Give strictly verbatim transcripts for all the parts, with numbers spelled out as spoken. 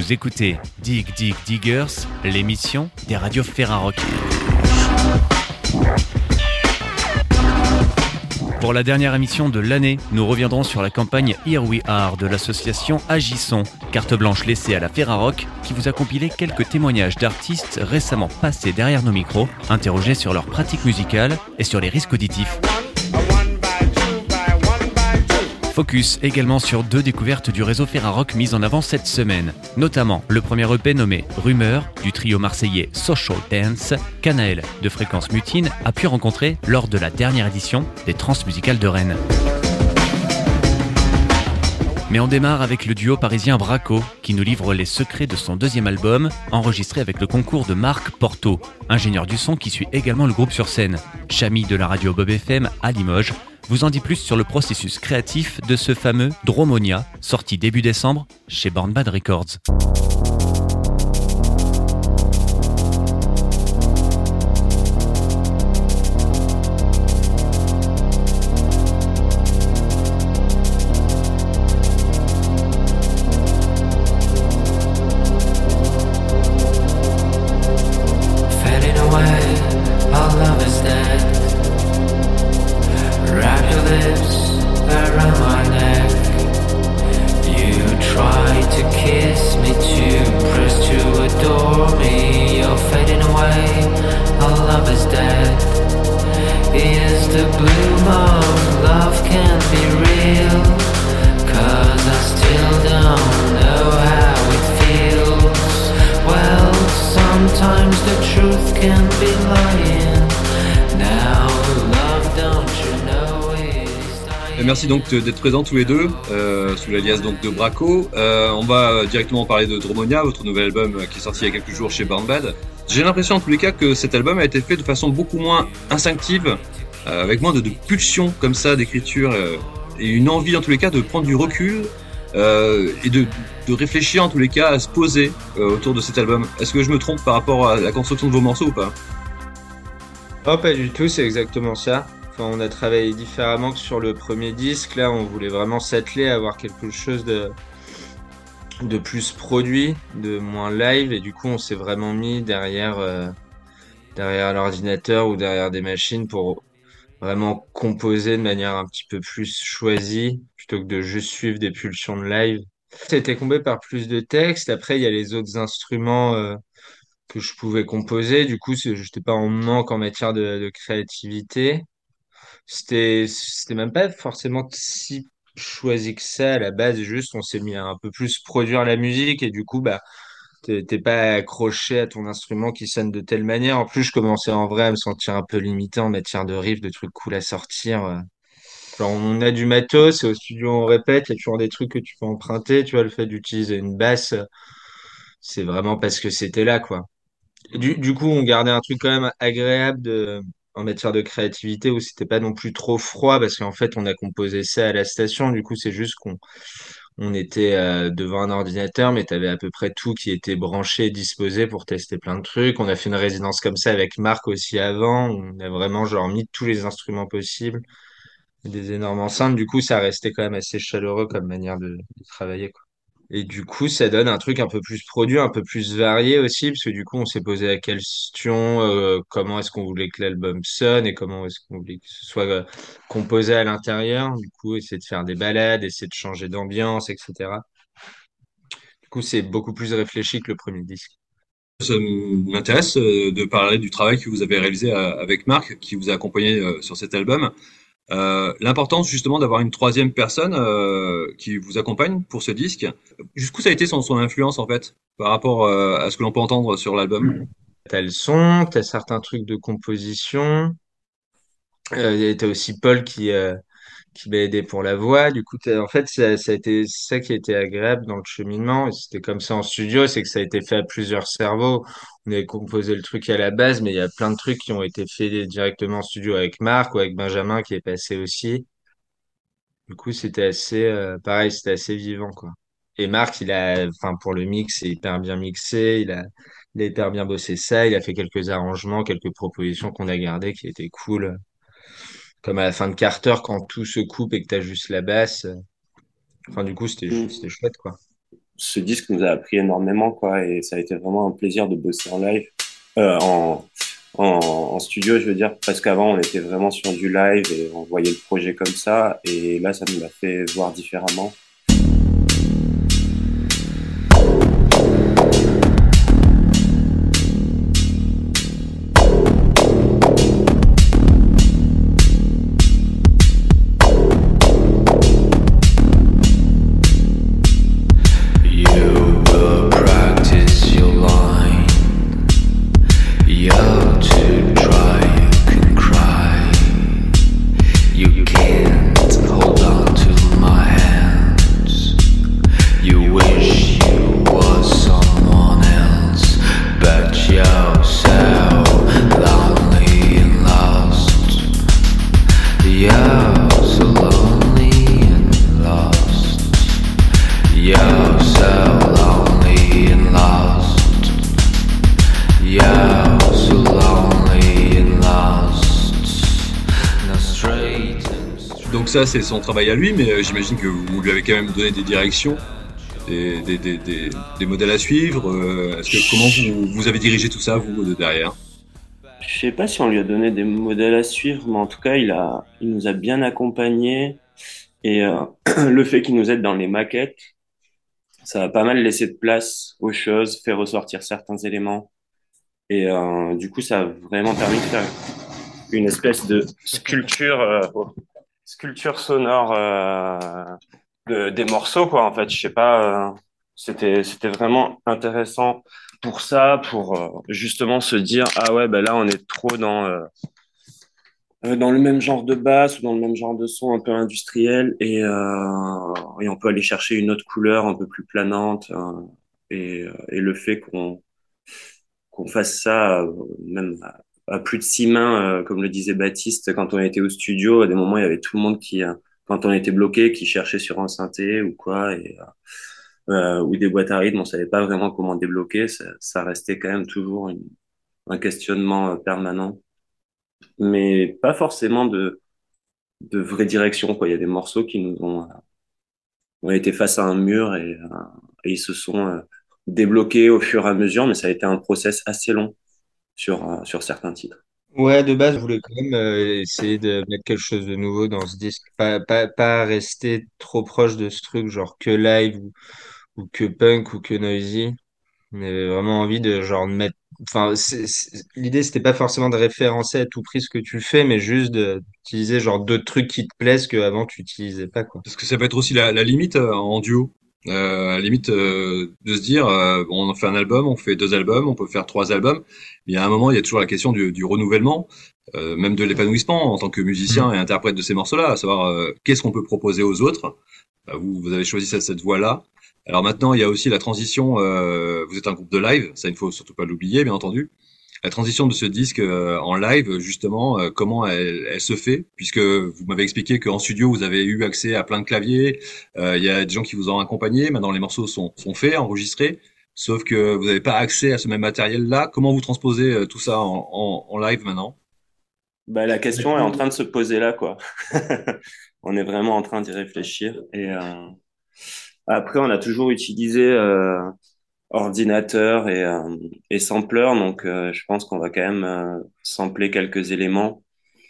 Vous écoutez Dig Dig Diggers, l'émission des radios Ferrarock. Pour la dernière émission de l'année, nous reviendrons sur la campagne Here We Are de l'association Agissons, carte blanche laissée à la Ferrarock, qui vous a compilé quelques témoignages d'artistes récemment passés derrière nos micros, interrogés sur leurs pratiques musicales et sur les risques auditifs. Focus également sur deux découvertes du réseau Ferrarock mises en avant cette semaine, notamment le premier E P nommé Rumeur du trio marseillais Social Dance qu'Anaël de Fréquence Mutine a pu rencontrer lors de la dernière édition des Transmusicales de Rennes. Mais on démarre avec le duo parisien Braco qui nous livre les secrets de son deuxième album enregistré avec le concours de Marc Porto, ingénieur du son qui suit également le groupe sur scène. Chami de la radio Bob F M à Limoges vous en dit plus sur le processus créatif de ce fameux Dromonia, sorti début décembre chez Born Bad Records. Merci donc d'être présents tous les deux euh, sous l'alias donc de Braco. Euh, on va directement parler de Dromonia, votre nouvel album qui est sorti il y a quelques jours chez Born Bad. J'ai l'impression en tous les cas que cet album a été fait de façon beaucoup moins instinctive, euh, avec moins de, de pulsions comme ça d'écriture euh, et une envie en tous les cas de prendre du recul euh, et de, de réfléchir en tous les cas à se poser euh, autour de cet album. Est-ce que je me trompe par rapport à la construction de vos morceaux ou pas ? Oh, pas du tout, c'est exactement ça. Enfin, on a travaillé différemment que sur le premier disque. Là, on voulait vraiment s'atteler à avoir quelque chose de, de plus produit, de moins live. Et du coup, on s'est vraiment mis derrière, euh, derrière l'ordinateur ou derrière des machines pour vraiment composer de manière un petit peu plus choisie, plutôt que de juste suivre des pulsions de live. Ça a été comblé par plus de textes. Après, il y a les autres instruments euh, que je pouvais composer. Du coup, je n'étais pas en manque en matière de, de créativité. C'était, c'était même pas forcément si choisi que ça à la base, juste on s'est mis à un peu plus produire la musique et du coup, bah, t'es t'es pas accroché à ton instrument qui sonne de telle manière. En plus, je commençais en vrai à me sentir un peu limité en matière de riff, de trucs cool à sortir. euh. Genre, on a du matos et au studio on répète, il y a toujours des trucs que tu peux emprunter. Tu vois, le fait d'utiliser une basse, euh, c'est vraiment parce que c'était là, quoi. Du, du coup, on gardait un truc quand même agréable de, en matière de créativité où c'était pas non plus trop froid parce qu'en fait, on a composé ça à la station. Du coup, c'est juste qu'on on était euh, devant un ordinateur, mais tu avais à peu près tout qui était branché et disposé pour tester plein de trucs. On a fait une résidence comme ça avec Marc aussi avant. Où on a vraiment genre mis tous les instruments possibles, des énormes enceintes. Du coup, ça restait quand même assez chaleureux comme manière de, de travailler, quoi. Et du coup, ça donne un truc un peu plus produit, un peu plus varié aussi, parce que du coup, on s'est posé la question, euh, comment est-ce qu'on voulait que l'album sonne et comment est-ce qu'on voulait que ce soit euh, composé à l'intérieur. Du coup, essayer de faire des balades, essayer de changer d'ambiance, et cetera. Du coup, c'est beaucoup plus réfléchi que le premier disque. Ça m'intéresse euh, de parler du travail que vous avez réalisé euh, avec Marc, qui vous a accompagné euh, sur cet album. Euh, l'importance justement d'avoir une troisième personne euh, qui vous accompagne pour ce disque. Jusqu'où ça a été son, son influence en fait par rapport euh, à ce que l'on peut entendre sur l'album? T'as le son, t'as certains trucs de composition. Euh, et t'as aussi Paul qui, euh, qui m'a aidé pour la voix. Du coup, t'as- en fait, ça, ça a été ça qui a été agréable dans le cheminement. Et c'était comme ça en studio, c'est que ça a été fait à plusieurs cerveaux. On avait composé le truc à la base, mais il y a plein de trucs qui ont été faits directement en studio avec Marc ou avec Benjamin qui est passé aussi. Du coup, c'était assez, euh, pareil, c'était assez vivant, quoi. Et Marc, il a, enfin, pour le mix, c'est hyper bien mixé. Il a, il a hyper bien bossé ça. Il a fait quelques arrangements, quelques propositions qu'on a gardées qui étaient cool. Comme à la fin de Carter, quand tout se coupe et que t'as juste la basse. Enfin, du coup, c'était, Mm. c'était chouette, quoi. ce disque nous a appris énormément, quoi, et ça a été vraiment un plaisir de bosser en live, euh, en, en, en studio, je veux dire, parce qu'avant, on était vraiment sur du live et on voyait le projet comme ça, et là, ça nous l'a fait voir différemment. Donc ça, c'est son travail à lui, mais euh, j'imagine que vous lui avez quand même donné des directions, des, des, des, des, des modèles à suivre. Euh, est-ce que, comment vous, vous avez dirigé tout ça, vous, de derrière? Je sais pas si on lui a donné des modèles à suivre, mais en tout cas, il a, il nous a bien accompagnés. Et euh, le fait qu'il nous aide dans les maquettes, ça a pas mal laissé de place aux choses, fait ressortir certains éléments. Et euh, du coup, ça a vraiment permis de faire une espèce de sculpture, euh, sculpture sonore euh, de, des morceaux, quoi. En fait, je sais pas, euh, c'était c'était vraiment intéressant pour ça, pour euh, justement se dire ah ouais, ben là on est trop dans euh, euh, dans le même genre de basse ou dans le même genre de son un peu industriel et euh, et on peut aller chercher une autre couleur un peu plus planante euh, et et le fait qu'on qu'on fasse ça euh, même à, à plus de six mains, euh, comme le disait Baptiste, quand on était au studio, à des moments, il y avait tout le monde qui, euh, quand on était bloqué, qui cherchait sur un synthé ou quoi, et, euh, ou des boîtes à rythme, on savait pas vraiment comment débloquer, ça, ça restait quand même toujours une- un questionnement euh, permanent, mais pas forcément de, de vraie direction, quoi. Il y a des morceaux qui nous ont, euh, ont été face à un mur et, euh, et ils se sont euh, débloqués au fur et à mesure, mais ça a été un process assez long sur, euh, sur certains titres. Ouais, de base, je voulais quand même euh, essayer de mettre quelque chose de nouveau dans ce disque. Pas, pas, pas rester trop proche de ce truc, genre que live ou, ou que punk ou que noisy. Mais vraiment envie de genre de mettre. Enfin, c'est- c'est- l'idée, c'était pas forcément de référencer à tout prix ce que tu fais, mais juste de- d'utiliser genre d'autres trucs qui te plaisent qu'avant tu utilisais pas, quoi. Parce que ça peut être aussi la, la limite euh, en duo. Euh, la limite euh, de se dire, euh, on en fait un album, on fait deux albums, on peut faire trois albums. Il y a un moment, il y a toujours la question du, du renouvellement, euh, même de l'épanouissement en tant que musicien et interprète de ces morceaux-là, à savoir euh, qu'est-ce qu'on peut proposer aux autres. Bah, vous, vous avez choisi cette, cette voie-là. Alors maintenant, il y a aussi la transition. Euh, vous êtes un groupe de live, ça il ne faut surtout pas l'oublier, bien entendu. La transition de ce disque euh, en live, justement, euh, comment elle, elle se fait? Puisque vous m'avez expliqué qu'en studio, vous avez eu accès à plein de claviers, euh, il y a des gens qui vous ont accompagné, maintenant les morceaux sont, sont faits, enregistrés, sauf que vous n'avez pas accès à ce même matériel-là. Comment vous transposez euh, tout ça en, en, en live maintenant? Bah, la question est en train de se poser là, quoi. On est vraiment en train d'y réfléchir. Et euh, après, on a toujours utilisé euh, ordinateur et, euh, et sampler, donc euh, je pense qu'on va quand même euh, sampler quelques éléments.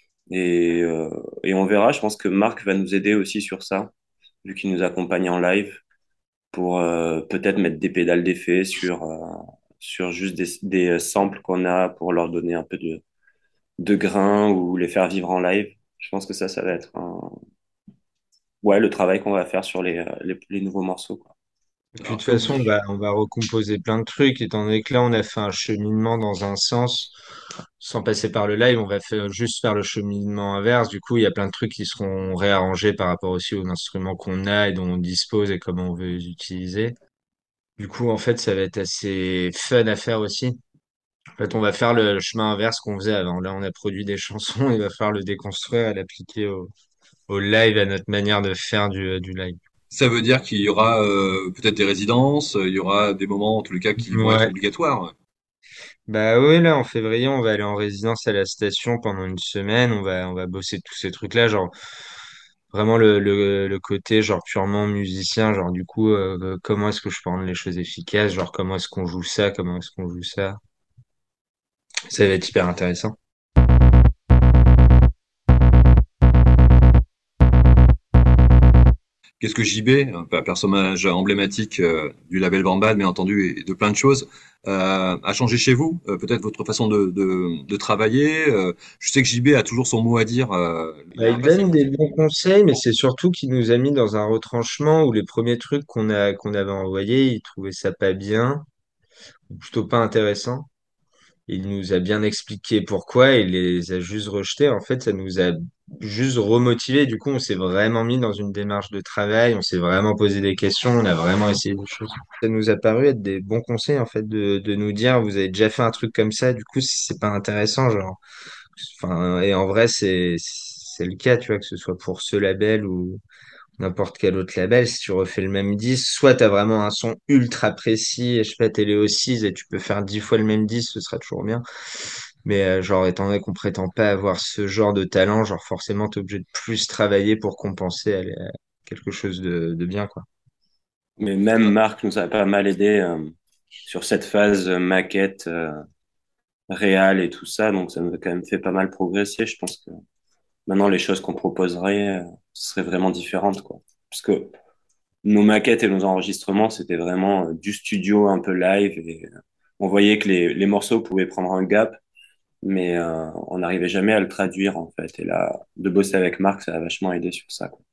Et, euh, et on verra, je pense que Marc va nous aider aussi sur ça, vu qu'il nous accompagne en live, pour euh, peut-être mettre des pédales d'effet sur, euh, sur juste des, des samples qu'on a pour leur donner un peu de, de grain ou les faire vivre en live. Je pense que ça, ça va être un... ouais, le travail qu'on va faire sur les, euh, les, les nouveaux morceaux, quoi. Et puis de Alors, toute comme vous, façon, on va, on va recomposer plein de trucs, étant donné que là, on a fait un cheminement dans un sens, sans passer par le live, on va faire, juste faire le cheminement inverse. Du coup, il y a plein de trucs qui seront réarrangés par rapport aussi aux instruments qu'on a et dont on dispose et comment on veut les utiliser. Du coup, en fait, ça va être assez fun à faire aussi. En fait, on va faire le, le chemin inverse qu'on faisait avant. Là, on a produit des chansons, il va falloir le déconstruire et l'appliquer au, au live, à notre manière de faire du, du live. ça veut dire qu'il y aura euh, peut-être des résidences, il y aura des moments, en tous les cas, qui vont être Ouais. obligatoires. Bah oui, là, en février, on va aller en résidence à la station pendant une semaine. On va, on va bosser tous ces trucs-là. Genre, vraiment le, le, le côté genre purement musicien, genre du coup, euh, comment est-ce que je peux rendre les choses efficaces, genre comment est-ce qu'on joue ça, comment est-ce qu'on joue ça. Ça va être hyper intéressant. Qu'est-ce que J B, un pe- personnage emblématique euh, du label Band, bien entendu, et de plein de choses, euh, a changé chez vous? Euh, peut-être votre façon de, de, de travailler. euh, je sais que J B a toujours son mot à dire. euh, il Bah, a un il passé donne des politique. bons conseils, mais c'est surtout qu'il nous a mis dans un retranchement où les premiers trucs qu'on a qu'on avait envoyés, il trouvait ça pas bien, ou plutôt pas intéressant. Il nous a bien expliqué pourquoi et il les a juste rejetés. En fait, ça nous a juste remotivé. Du coup, on s'est vraiment mis dans une démarche de travail. On s'est vraiment posé des questions. On a vraiment essayé des choses. Ça nous a paru être des bons conseils, en fait, de, de nous dire, vous avez déjà fait un truc comme ça. Du coup, c'est pas intéressant, genre. Enfin, et en vrai, c'est, c'est le cas, tu vois, que ce soit pour ce label ou n'importe quel autre label, si tu refais le même disque, soit tu as vraiment un son ultra précis, et je sais pas, t'es Léo six et tu peux faire dix fois le même disque, ce sera toujours bien. Mais euh, genre, étant donné qu'on prétend pas avoir ce genre de talent, genre forcément, t'es obligé de plus travailler pour compenser à à quelque chose de, de bien, quoi. Mais même Marc nous a pas mal aidé euh, sur cette phase euh, maquette, euh, réal et tout ça, donc ça nous a quand même fait pas mal progresser. Je pense que maintenant les choses qu'on proposerait euh, seraient vraiment différentes, quoi. Parce que nos maquettes et nos enregistrements, c'était vraiment euh, du studio un peu live et euh, on voyait que les, les morceaux pouvaient prendre un gap, mais euh, on n'arrivait jamais à le traduire en fait. Et là, de bosser avec Marc, ça a vachement aidé sur ça, quoi.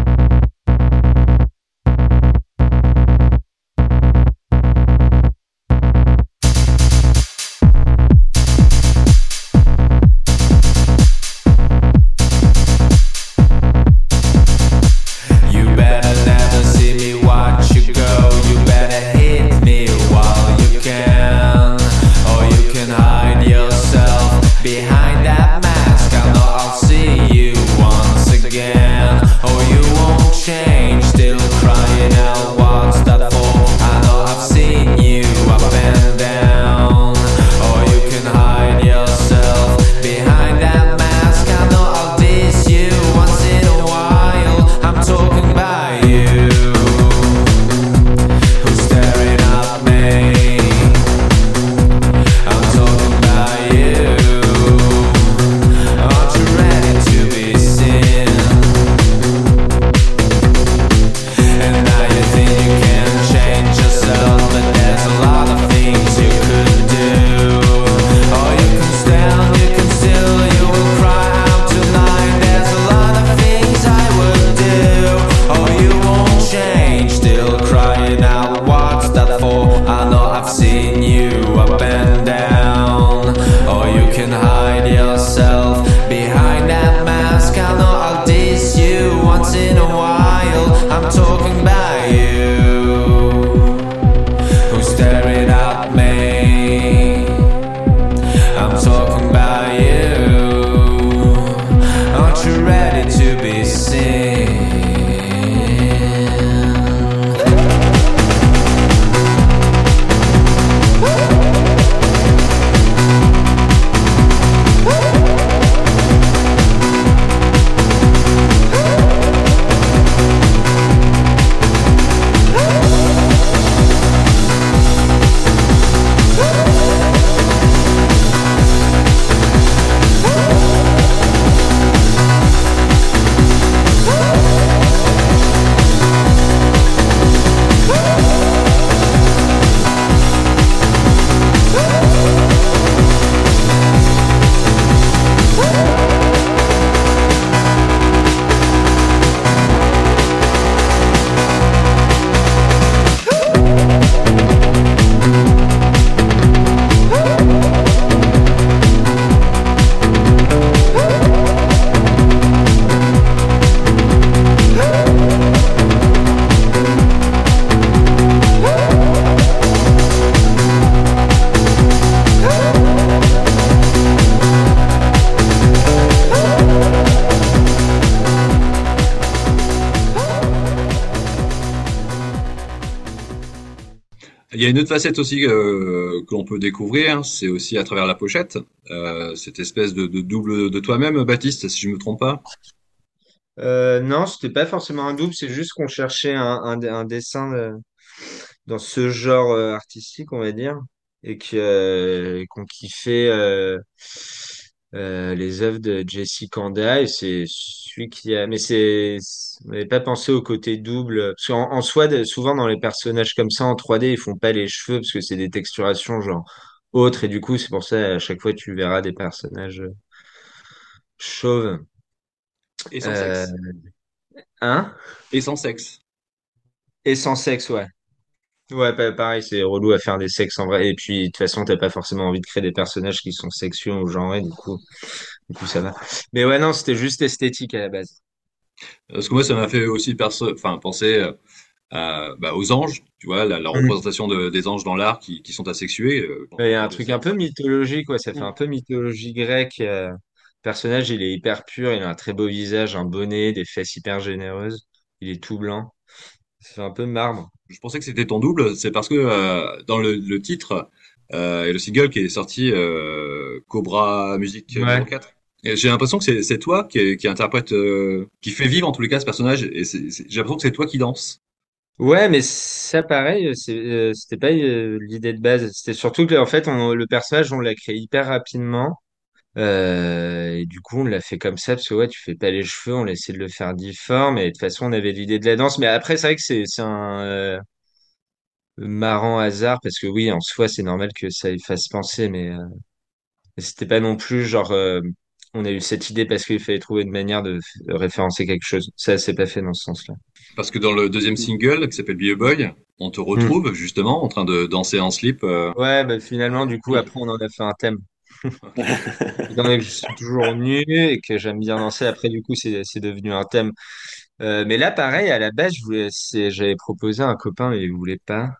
You better never see me watch you go. You better hit me while you can. Or you can hide yourself behind that mask. I know I'll see you once again. Or you won't change, still crying out, what's that for? I know I've seen you up and down. Or you can hide yourself behind that mask. I know I'll diss you once in a while. I'm talking about you, who's staring at me. I'm talking about you. Aren't you ready to be seen? And now you think you can change yourself, but there's a lot of things you could do. Or you can stand, you can still, you will cry out tonight. There's a lot of things I would do. Or you won't change, still crying out, what's that for? I know I've seen you up and down. Or you can hide yourself behind that mask. I know I'll diss you once in a while. I'm talking about you, who's staring at me. I'm talking about you. Aren't you ready to be seen? Il y a une autre facette aussi euh, que l'on peut découvrir, hein, c'est aussi à travers la pochette, euh, cette espèce de, de double de toi-même, Baptiste, si je me trompe pas. Euh, non, c'était pas forcément un double, c'est juste qu'on cherchait un, un, un dessin de- dans ce genre euh, artistique, on va dire, et que, euh, qu'on kiffait euh, euh, les œuvres de Jesse Kanda, et c'est celui qui a. Mais c'est, on n'avait pas pensé au côté double, parce qu'en en soi, de- souvent dans les personnages comme ça en trois D, ils font pas les cheveux parce que c'est des texturations genre autres, et du coup, c'est pour ça à chaque fois tu verras des personnages chauves. Et sans Euh, sexe. hein? Et sans sexe. Et sans sexe, ouais. Ouais, pa- pareil, c'est relou à faire des sexes en vrai. Et puis, de toute façon, t'as pas forcément envie de créer des personnages qui sont sexuels ou genrés, du coup, du coup, ça va. Mais ouais, non, c'était juste esthétique à la base. Parce que moi, ça m'a fait aussi perso- enfin, penser euh, à- bah, aux anges, tu vois, la, la Mm. représentation de- des anges dans l'art qui, qui sont asexués. euh, quand Il on y a un parle de truc un sexe. peu mythologique, ouais, ça fait Mm. un peu mythologie grecque. euh. Le personnage, il est hyper pur, il a un très beau visage, un bonnet, des fesses hyper généreuses. Il est tout blanc. Ça fait un peu marbre. Je pensais que c'était ton double, c'est parce que euh, dans le, le titre euh, et le single qui est sorti, euh, Cobra Musique numéro Ouais. quatre, et j'ai l'impression que c'est c'est toi qui, qui interprète, euh, qui fait vivre en tous les cas ce personnage, et c'est- c'est- j'ai l'impression que c'est toi qui danse. Ouais, mais ça, pareil, c'est, euh, c'était pas euh, l'idée de base. C'était surtout que, en fait, on- le personnage, on l'a créé hyper rapidement. Euh, et du coup, on l'a fait comme ça, parce que ouais, tu fais pas les cheveux, on a essayé de le faire difforme, et de toute façon, on avait l'idée de la danse. Mais après, c'est vrai que c'est c'est un euh, marrant hasard, parce que oui, en soi, c'est normal que ça y fasse penser, mais euh, c'était pas non plus genre, euh, on a eu cette idée parce qu'il fallait trouver une manière de f- référencer quelque chose. Ça, c'est pas fait dans ce sens-là. Parce que dans le deuxième single qui s'appelle Be a Boy, on te Hmm. retrouve justement en train de danser en slip. euh, Ouais, bah finalement, du coup, après, on en a fait un thème. Étant donné que je suis toujours nu et que j'aime bien danser, après, du coup, c'est c'est devenu un thème. Euh, mais là, pareil, à la base, je voulais, c'est- j'avais proposé à un copain, mais il voulait pas.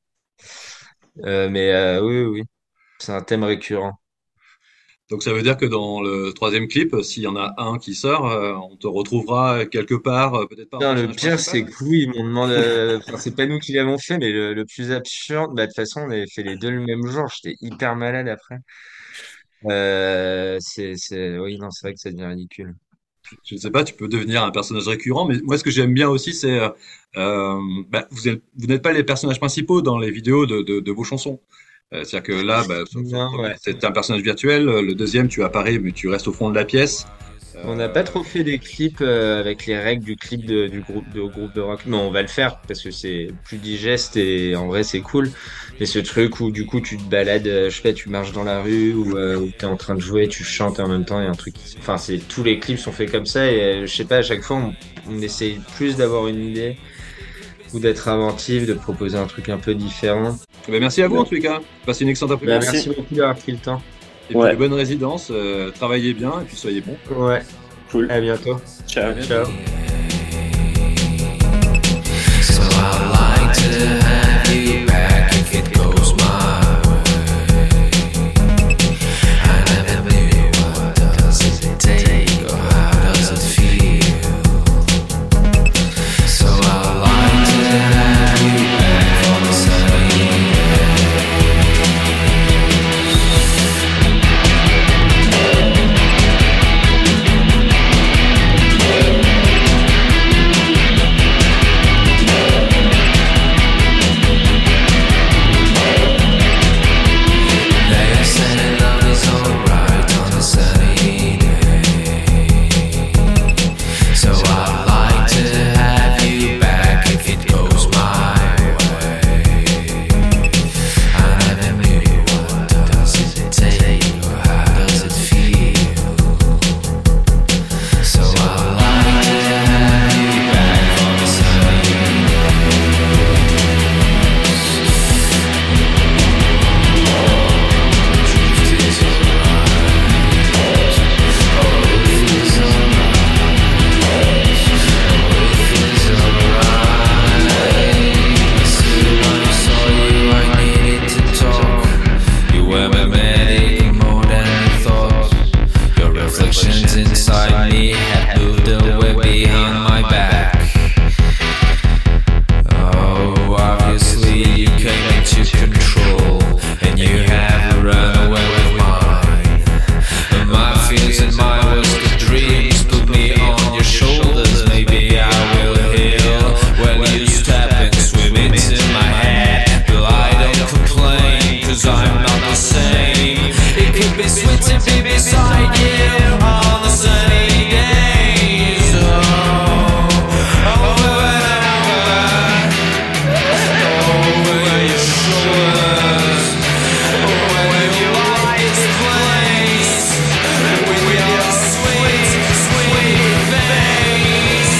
Euh, mais euh, oui, oui, oui, c'est un thème récurrent. Donc ça veut dire que dans le troisième clip, s'il y en a un qui sort, euh, on te retrouvera quelque part, euh, peut-être pas en Non, le personnage pire, c'est principal. que oui, ils m'ont demandé. euh, Enfin, c'est pas nous qui l'avons fait, mais le, le plus absurde, bah, de toute façon, on avait fait les deux le même jour. J'étais hyper malade après. Euh, c'est, c'est, oui, non, c'est vrai que ça devient ridicule. Je ne sais pas, tu peux devenir un personnage récurrent, mais moi ce que j'aime bien aussi, c'est euh, euh, bah, vous êtes- vous n'êtes pas les personnages principaux dans les vidéos de, de, de vos chansons. Euh, c'est-à-dire que là, bah, sur, sur le Non, premier, ouais. c'est un personnage virtuel, le deuxième, tu apparais, mais tu restes au fond de la pièce. On n'a pas Euh, trop fait des clips euh, avec les règles du clip de- du groupe de groupe de rock. Mais on va le faire parce que c'est plus digeste et en vrai c'est cool. Mais ce truc où du coup tu te balades, euh, je sais pas, tu marches dans la rue ou euh, où t'es en train de jouer, tu chantes et en même temps il y a un truc. qui- Enfin, c'est tous les clips sont faits comme ça et euh, je sais pas, à chaque fois on, on essaye plus d'avoir une idée ou d'être inventif, de proposer un truc un peu différent. bah, merci à vous en tous les cas. Passez une excellente Bah, après-midi. merci beaucoup d'avoir pris le temps. Et puis Ouais, de bonnes résidences, euh, travaillez bien et puis soyez bons. Ouais, cool. à bientôt. Ciao. Ciao. So I'd like to have you back if it goes my way. I never knew what does it take or how does it feel. So I'd like to have you back for the seven years. the same. It could be sweet to be beside you on the sunny days. Oh, over and over, over your shoulders. When you like this place, with your sweet, sweet face.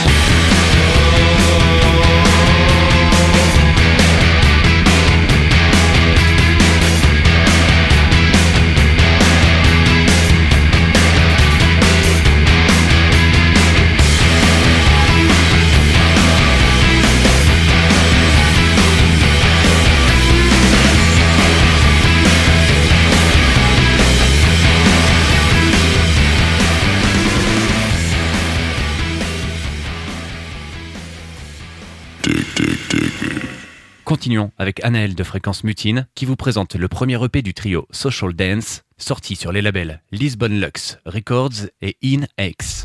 Continuons avec Anaël de Fréquence Mutine qui vous présente le premier E P du trio Social Dance, sorti sur les labels Lisbon Lux Records et In X.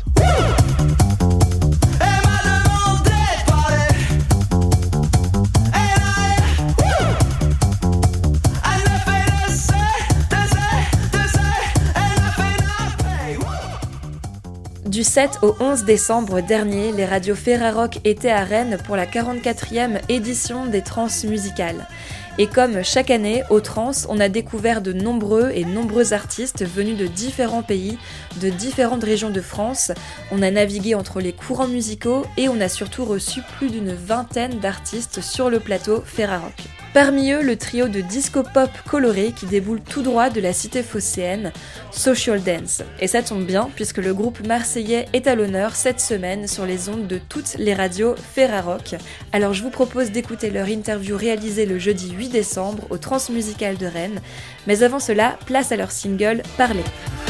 Du sept au onze décembre dernier, les radios Ferrarock étaient à Rennes pour la quarante-quatrième édition des Trans musicales. Et comme chaque année, au Trans, on a découvert de nombreux et nombreux artistes venus de différents pays, de différentes régions de France. On a navigué entre les courants musicaux et on a surtout reçu plus d'une vingtaine d'artistes sur le plateau Ferrarock. Parmi eux, le trio de disco-pop coloré qui déboule tout droit de la cité phocéenne, Social Dance. Et ça tombe bien puisque le groupe marseillais est à l'honneur cette semaine sur les ondes de toutes les radios Ferrarock. Alors je vous propose d'écouter leur interview réalisée le jeudi huit décembre au Transmusical de Rennes. Mais avant cela, place à leur single « Parler ».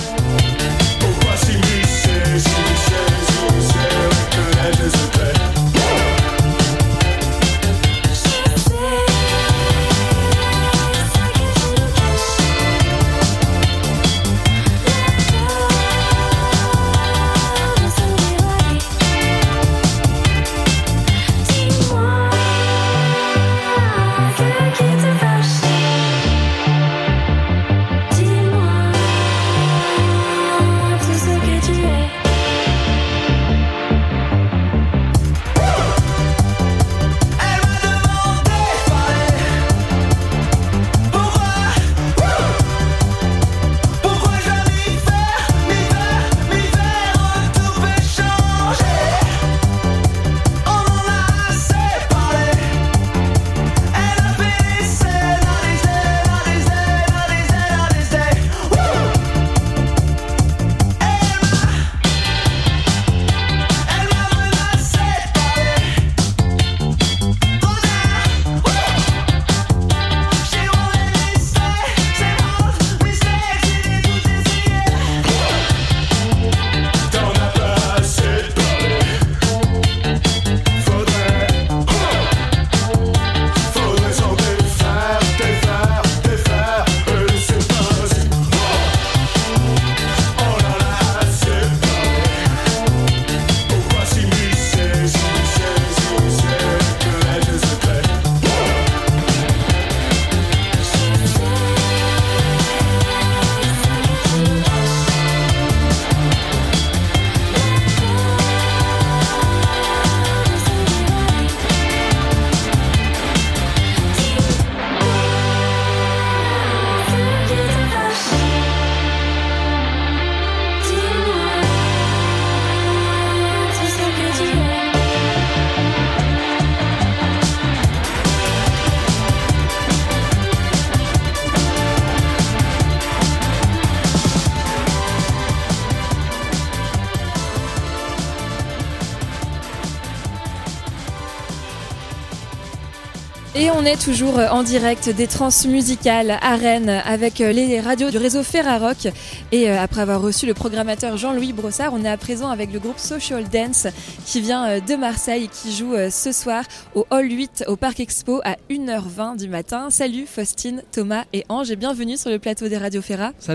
Et on est toujours en direct des Trans musicales à Rennes avec les radios du réseau Ferrarock. Et après avoir reçu le programmateur Jean-Louis Brossard, on est à présent avec le groupe Social Dance qui vient de Marseille et qui joue ce soir au Hall huit au Parc Expo à une heure vingt du matin. Salut Faustine, Thomas et Ange et bienvenue sur le plateau des radios Ferra. Salut.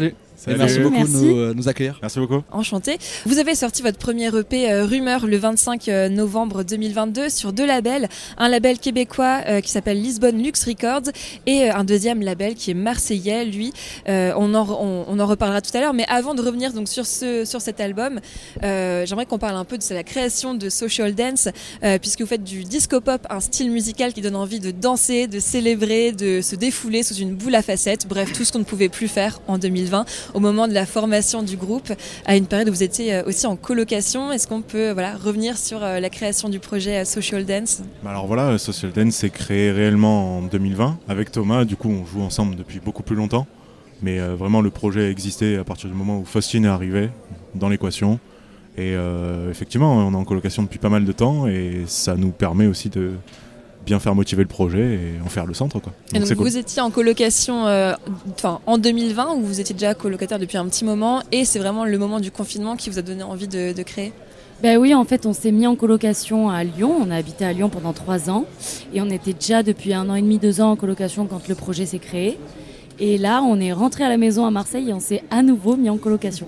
Et merci beaucoup Merci. de nous, euh, nous accueillir. Merci beaucoup. Enchanté. Vous avez sorti votre premier E P euh, Rumeur le vingt-cinq novembre deux mille vingt-deux sur deux labels, un label québécois euh, qui s'appelle Lisbonne Luxe Records et euh, un deuxième label qui est marseillais, lui. Euh, on, en, on, on en reparlera tout à l'heure, mais avant de revenir donc sur ce sur cet album, euh, j'aimerais qu'on parle un peu de la création de Social Dance, euh, puisque vous faites du disco pop, un style musical qui donne envie de danser, de célébrer, de se défouler sous une boule à facettes, bref tout ce qu'on ne pouvait plus faire en deux mille vingt au moment de la formation du groupe, à une période où vous étiez euh, aussi en colocation. Est-ce qu'on peut euh, voilà, revenir sur euh, la création du projet euh, Social Dance ? Bah alors voilà, Social Dance s'est créé réellement en deux mille vingt avec Thomas. Du coup, on joue ensemble depuis beaucoup plus longtemps. Mais euh, vraiment, le projet existait à partir du moment où Faustine est arrivée dans l'équation. Et euh, effectivement, on est en colocation depuis pas mal de temps et ça nous permet aussi de bien faire motiver le projet et en faire le centre, quoi. Et donc, c'est vous cool. étiez en colocation euh, en deux mille vingt, ou vous étiez déjà colocataire depuis un petit moment, et c'est vraiment le moment du confinement qui vous a donné envie de, de créer ? Ben oui, en fait, on s'est mis en colocation à Lyon. On a habité à Lyon pendant trois ans. Et on était déjà depuis un an et demi, deux ans en colocation quand le projet s'est créé. Et là, on est rentré à la maison à Marseille et on s'est à nouveau mis en colocation.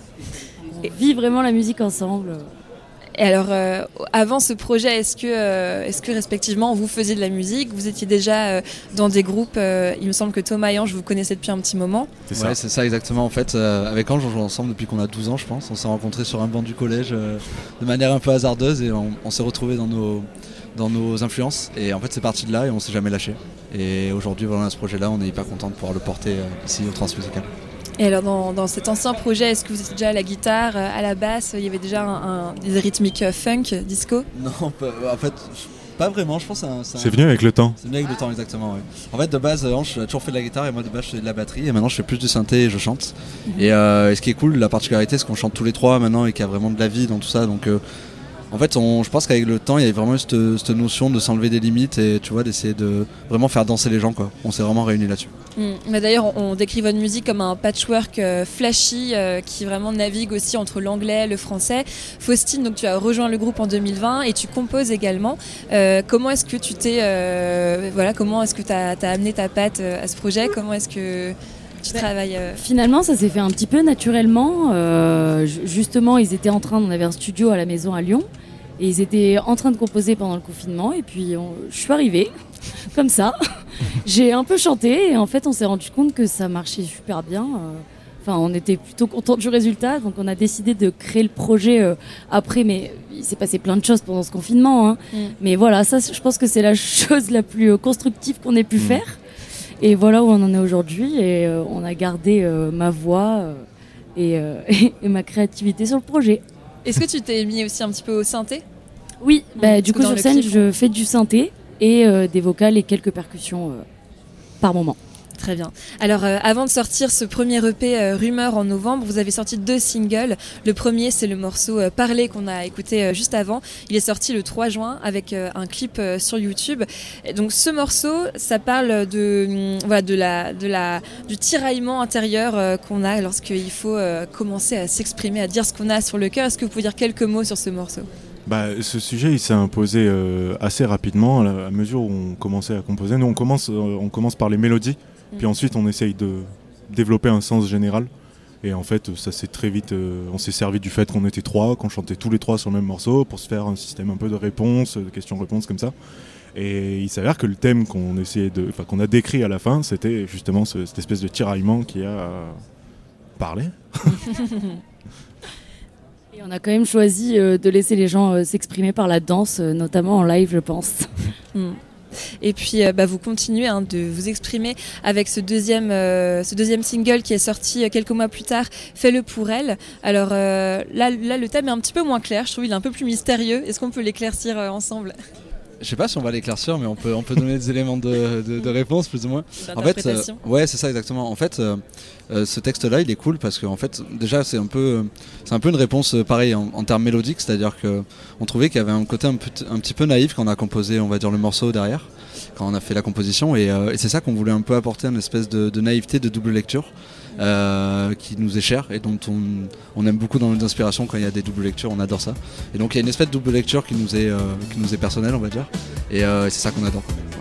On vit vraiment la musique ensemble. Et alors, euh, avant ce projet, est-ce que, euh, est-ce que respectivement, vous faisiez de la musique ? Vous étiez déjà euh, dans des groupes, euh, il me semble que Thomas et Ange, vous connaissez depuis un petit moment. C'est ça. Ouais, c'est ça exactement. En fait, euh, avec Ange, on joue ensemble depuis qu'on a douze ans, je pense. On s'est rencontrés sur un banc du collège euh, de manière un peu hasardeuse et on, on s'est retrouvés dans nos, dans nos influences. Et en fait, c'est parti de là et on s'est jamais lâché. Et aujourd'hui, voilà, on a ce projet-là, on est hyper content de pouvoir le porter euh, ici au Transmusical. Et alors, dans, dans cet ancien projet, est-ce que vous étiez déjà à la guitare, à la basse ? Il y avait déjà un, un, des rythmiques funk, disco ? Non, pas- en fait, pas vraiment. Je pense que c'est un- c'est un- C'est venu avec le temps. C'est venu avec le temps, exactement. Ouais. En fait, de base, Ange a toujours fait de la guitare et moi, de base, je fais de la batterie. Et maintenant, je fais plus du synthé et je chante. Et, euh, et ce qui est cool, la particularité, c'est qu'on chante tous les trois maintenant et qu'il y a vraiment de la vie dans tout ça. Donc, euh, en fait, on, je pense qu'avec le temps, il y a vraiment eu cette, cette notion de s'enlever des limites et tu vois, d'essayer de vraiment faire danser les gens, quoi. On s'est vraiment réunis là-dessus. Mmh. Mais d'ailleurs, on, on décrit votre musique comme un patchwork euh, flashy euh, qui vraiment navigue aussi entre l'anglais, le français. Faustine, donc tu as rejoint le groupe en deux mille vingt et tu composes également. Euh, comment est-ce que tu t'es, euh, voilà, comment est-ce que tu as amené ta patte euh, à ce projet ? Comment est-ce que tu Bah, travailles euh... Finalement, ça s'est fait un petit peu naturellement. Euh, ju- justement, ils étaient en train, on avait un studio à la maison à Lyon, et ils étaient en train de composer pendant le confinement. Et puis, on- je suis arrivée, comme ça. J'ai un peu chanté, et en fait, on s'est rendu compte que ça marchait super bien. Euh, Enfin, on était plutôt contents du résultat, donc on a décidé de créer le projet euh, après. Mais il s'est passé plein de choses pendant ce confinement. Hein. Mm. Mais voilà, ça, je pense que c'est la chose la plus euh, constructive qu'on ait pu Mm. faire. Et voilà où on en est aujourd'hui. Et euh, on a gardé euh, ma voix euh, et, euh, et ma créativité sur le projet. Est-ce que tu t'es mis aussi un petit peu au synthé ? Oui, bah, Parce du que coup dans sur le scène, clip, je fais du synthé et euh, des vocales et quelques percussions euh, par moment. Très bien. Alors, euh, avant de sortir ce premier E P euh, Rumeur en novembre, vous avez sorti deux singles. Le premier, c'est le morceau euh, Parler qu'on a écouté euh, juste avant. Il est sorti le trois juin avec euh, un clip euh, sur YouTube. Et donc, ce morceau, ça parle de, hum, voilà, de la, de la, du tiraillement intérieur euh, qu'on a lorsqu'il faut euh, commencer à s'exprimer, à dire ce qu'on a sur le cœur. Est-ce que vous pouvez dire quelques mots sur ce morceau ? Bah, ce sujet, il s'est imposé euh, assez rapidement à, la, à mesure où on commençait à composer. Nous, on commence, euh, on commence par les mélodies, mmh. puis ensuite on essaye de développer un sens général. Et en fait, ça s'est très vite, euh, on s'est servi du fait qu'on était trois, qu'on chantait tous les trois sur le même morceau pour se faire un système un peu de réponses, de questions-réponses comme ça. Et il s'avère que le thème qu'on essayait de, enfin qu'on a décrit à la fin, c'était justement ce, cette espèce de tiraillement qui a euh, parlé. Et on a quand même choisi euh, de laisser les gens euh, s'exprimer par la danse, euh, notamment en live, je pense. Mm. Et puis euh, bah, vous continuez hein, de vous exprimer avec ce deuxième, euh, ce deuxième single qui est sorti euh, quelques mois plus tard, Fais-le pour elle. Alors euh, là, là, le thème est un petit peu moins clair, je trouve il est un peu plus mystérieux. Est-ce qu'on peut l'éclaircir euh, ensemble ? Je sais pas si on va l'éclaircir, mais on peut, on peut donner des éléments de, de, de réponse plus ou moins. En fait, euh, ouais, c'est ça exactement. En fait, euh, euh, ce texte-là, il est cool parce que en fait, déjà, c'est un peu, c'est un peu une réponse euh, pareil en, en termes mélodiques, c'est-à-dire que on trouvait qu'il y avait un côté un, peu, un petit peu naïf quand on a composé, on va dire, le morceau derrière, quand on a fait la composition, et, euh, et c'est ça qu'on voulait un peu apporter, une espèce de, de naïveté, de double lecture. Euh, qui nous est cher et dont on, on aime beaucoup dans nos inspirations quand il y a des doubles lectures, on adore ça. Et donc il y a une espèce de double lecture qui nous est, euh, qui nous est personnelle, on va dire, et, euh, et c'est ça qu'on adore. Ouais.